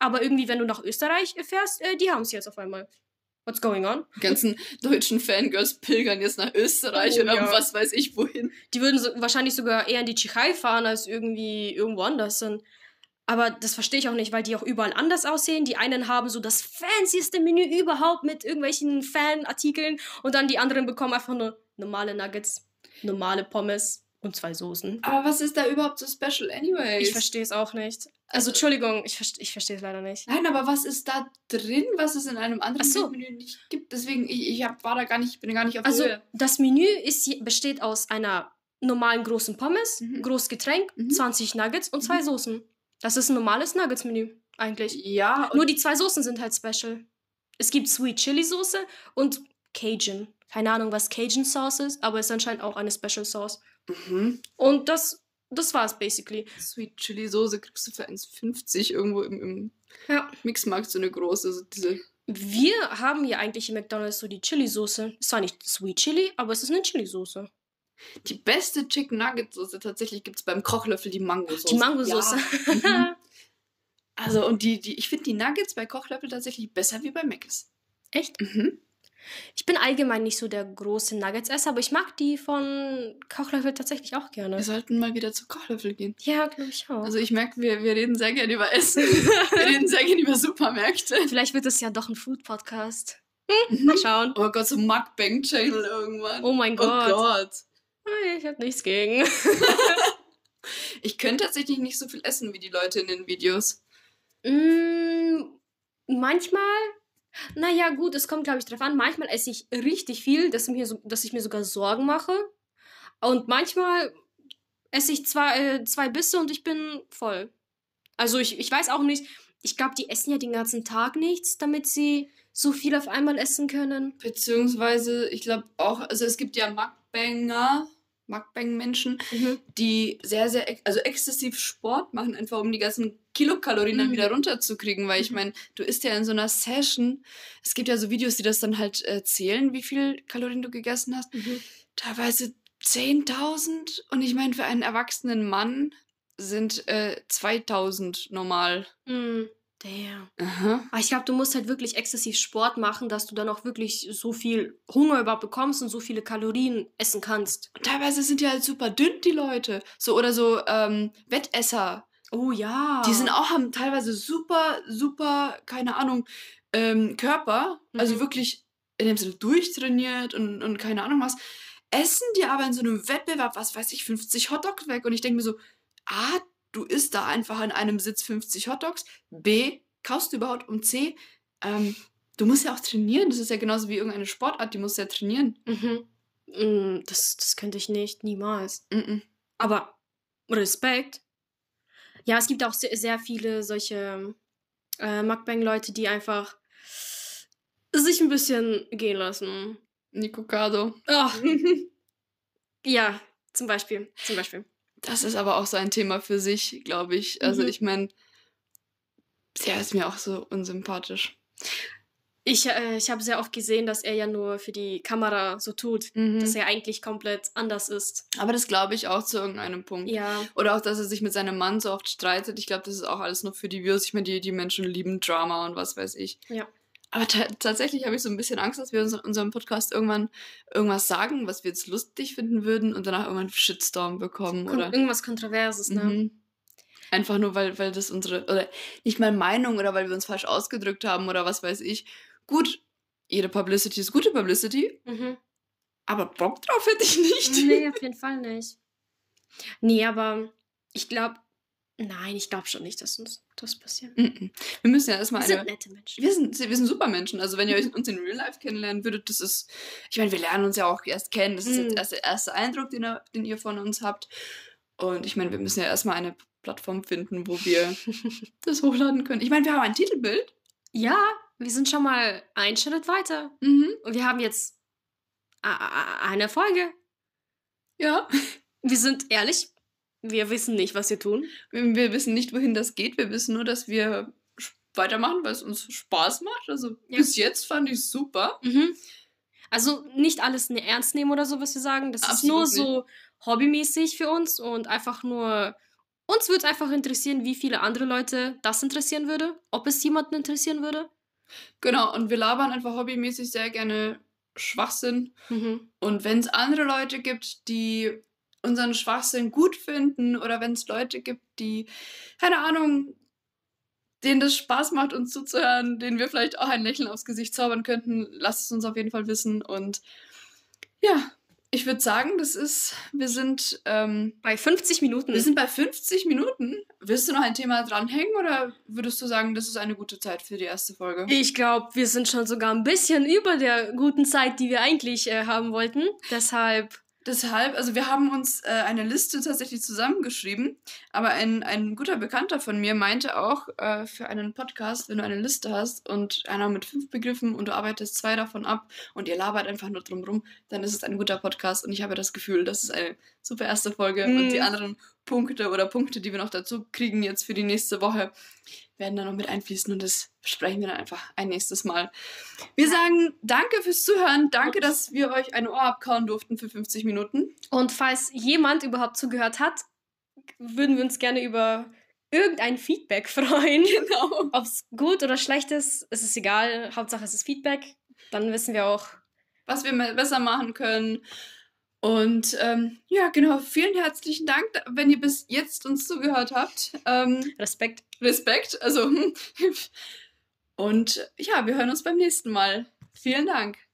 aber irgendwie, wenn du nach Österreich fährst, die haben es jetzt auf einmal. What's going on? Die ganzen deutschen Fangirls pilgern jetzt nach Österreich oder was weiß ich wohin. Die würden wahrscheinlich sogar eher in die Tschechei fahren, als irgendwie irgendwo anders sind. Aber das verstehe ich auch nicht, weil die auch überall anders aussehen. Die einen haben so das fancieste Menü überhaupt mit irgendwelchen Fanartikeln und dann die anderen bekommen einfach nur normale Nuggets, normale Pommes und 2 Soßen. Aber was ist da überhaupt so special anyway? Ich verstehe es auch nicht. Also Entschuldigung, ich verstehe es leider nicht. Nein, aber was ist da drin, was es in einem anderen Menü nicht gibt? Deswegen, ich bin gar nicht auf Also Höhe. das Menü besteht aus einer normalen großen Pommes, großes Getränk, 20 Nuggets und 2 Soßen. Das ist ein normales Nuggets-Menü, eigentlich. Ja. Nur die 2 Soßen sind halt special. Es gibt Sweet Chili Soße und Cajun. Keine Ahnung, was Cajun Sauce ist, aber es ist anscheinend auch eine Special Sauce. Und das war's basically. Sweet Chili Soße kriegst du für 1,50 irgendwo im Mixmarkt, so eine große. So diese. Wir haben ja eigentlich im McDonald's so die Chili-Soße. Es war nicht Sweet Chili, aber es ist eine Chili-Soße. Die beste Chicken Nugget Soße tatsächlich gibt es beim Kochlöffel, die Mango-Soße. Die Mango-Soße. Ja. Also, und ich finde die Nuggets bei Kochlöffel tatsächlich besser wie bei Mc's. Echt? Ich bin allgemein nicht so der große Nuggets-Esser, aber ich mag die von Kochlöffel tatsächlich auch gerne. Wir sollten mal wieder zu Kochlöffel gehen. Ja, glaube ich auch. Also ich merke, wir reden sehr gerne über Essen. Wir reden sehr gerne über Supermärkte. Vielleicht wird es ja doch ein Food-Podcast. Mal schauen. Oh Gott, so ein Mukbang-Channel irgendwann. Oh mein Gott. Oh Gott. Ich hab nichts gegen. Ich könnte tatsächlich nicht so viel essen wie die Leute in den Videos. Manchmal, naja gut, es kommt glaube ich drauf an. Manchmal esse ich richtig viel, dass ich mir sogar Sorgen mache. Und manchmal esse ich zwei Bisse und ich bin voll. Also ich weiß auch nicht, ich glaube, die essen ja den ganzen Tag nichts, damit sie so viel auf einmal essen können. Beziehungsweise, ich glaube auch, also es gibt ja Mukbang-Menschen, die sehr, sehr, also exzessiv Sport machen, einfach um die ganzen Kilokalorien dann wieder runterzukriegen, weil ich meine, du isst ja in so einer Session, es gibt ja so Videos, die das dann halt zählen, wie viel Kalorien du gegessen hast, teilweise 10.000 und ich meine, für einen erwachsenen Mann sind 2.000 normal. Damn. Aber ich glaube, du musst halt wirklich exzessiv Sport machen, dass du dann auch wirklich so viel Hunger überhaupt bekommst und so viele Kalorien essen kannst. Und teilweise sind die halt super dünn, die Leute. So oder so Wettesser. Oh ja. Die haben teilweise super, super, keine Ahnung, Körper. Also wirklich in dem Sinne durchtrainiert und keine Ahnung was. Essen die aber in so einem Wettbewerb, was weiß ich, 50 Hotdogs weg. Und ich denke mir so, du isst da einfach in einem Sitz 50 Hotdogs. B, kaufst du überhaupt? Und C, du musst ja auch trainieren. Das ist ja genauso wie irgendeine Sportart, die musst du ja trainieren. Das könnte ich nicht, niemals. Aber Respekt. Ja, es gibt auch sehr, sehr viele solche Mukbang-Leute, die einfach sich ein bisschen gehen lassen. Nico Cado. Oh. Ja, zum Beispiel. Das ist aber auch so ein Thema für sich, glaube ich. Also ich meine, der ist mir auch so unsympathisch. Ich habe sehr oft gesehen, dass er ja nur für die Kamera so tut, dass er eigentlich komplett anders ist. Aber das glaube ich auch zu irgendeinem Punkt. Ja. Oder auch, dass er sich mit seinem Mann so oft streitet. Ich glaube, das ist auch alles nur für die Views. Ich meine, die Menschen lieben Drama und was weiß ich. Ja. Aber tatsächlich habe ich so ein bisschen Angst, dass wir uns in unserem Podcast irgendwann irgendwas sagen, was wir jetzt lustig finden würden und danach irgendwann einen Shitstorm bekommen. Oder irgendwas Kontroverses, ne? Einfach nur, weil das oder nicht mal Meinung oder weil wir uns falsch ausgedrückt haben oder was weiß ich. Gut, jede Publicity ist gute Publicity, aber Bock drauf hätte ich nicht. Nee, auf jeden Fall nicht. Nee, aber ich glaube schon nicht, dass uns das passiert. Wir müssen ja erstmal Wir sind nette Menschen. Wir sind super Menschen. Also wenn ihr uns in Real Life kennenlernen würdet, das ist, ich meine, wir lernen uns ja auch erst kennen. Das ist jetzt erst der erste Eindruck, den ihr von uns habt. Und ich meine, wir müssen ja erstmal eine Plattform finden, wo wir das hochladen können. Ich meine, wir haben ein Titelbild. Ja, wir sind schon mal einen Schritt weiter. Und wir haben jetzt eine Folge. Ja. Wir sind ehrlich, wir wissen nicht, was wir tun. Wir wissen nicht, wohin das geht. Wir wissen nur, dass wir weitermachen, weil es uns Spaß macht. Also bis jetzt fand ich es super. Also nicht alles ernst nehmen oder so, was wir sagen. Das ist nur so hobbymäßig für uns und einfach nur Uns würde einfach interessieren, wie viele andere Leute das interessieren würde. Ob es jemanden interessieren würde. Genau, und wir labern einfach hobbymäßig sehr gerne Schwachsinn. Und wenn es andere Leute gibt, die unseren Schwachsinn gut finden oder wenn es Leute gibt, die, keine Ahnung, denen das Spaß macht, uns zuzuhören, denen wir vielleicht auch ein Lächeln aufs Gesicht zaubern könnten, lasst es uns auf jeden Fall wissen. Und ja, ich würde sagen, wir sind bei 50 Minuten. Wir sind bei 50 Minuten. Willst du noch ein Thema dranhängen oder würdest du sagen, das ist eine gute Zeit für die erste Folge? Ich glaube, wir sind schon sogar ein bisschen über der guten Zeit, die wir eigentlich haben wollten. Deshalb, also wir haben uns eine Liste tatsächlich zusammengeschrieben, aber ein guter Bekannter von mir meinte auch, für einen Podcast, wenn du eine Liste hast und einer mit 5 Begriffen und du arbeitest 2 davon ab und ihr labert einfach nur drumrum, dann ist es ein guter Podcast und ich habe das Gefühl, das ist eine super erste Folge und die anderen Punkte, die wir noch dazu kriegen jetzt für die nächste Woche, werden da noch mit einfließen und das besprechen wir dann einfach ein nächstes Mal. Wir sagen danke fürs Zuhören, danke, dass wir euch ein Ohr abkauen durften für 50 Minuten. Und falls jemand überhaupt zugehört hat, würden wir uns gerne über irgendein Feedback freuen. Genau. Ob es gut oder schlecht ist, ist es egal. Hauptsache es ist Feedback. Dann wissen wir auch, was wir besser machen können. Und ja, genau, vielen herzlichen Dank, wenn ihr bis jetzt uns zugehört habt. Respekt. Also und ja, wir hören uns beim nächsten Mal. Vielen Dank.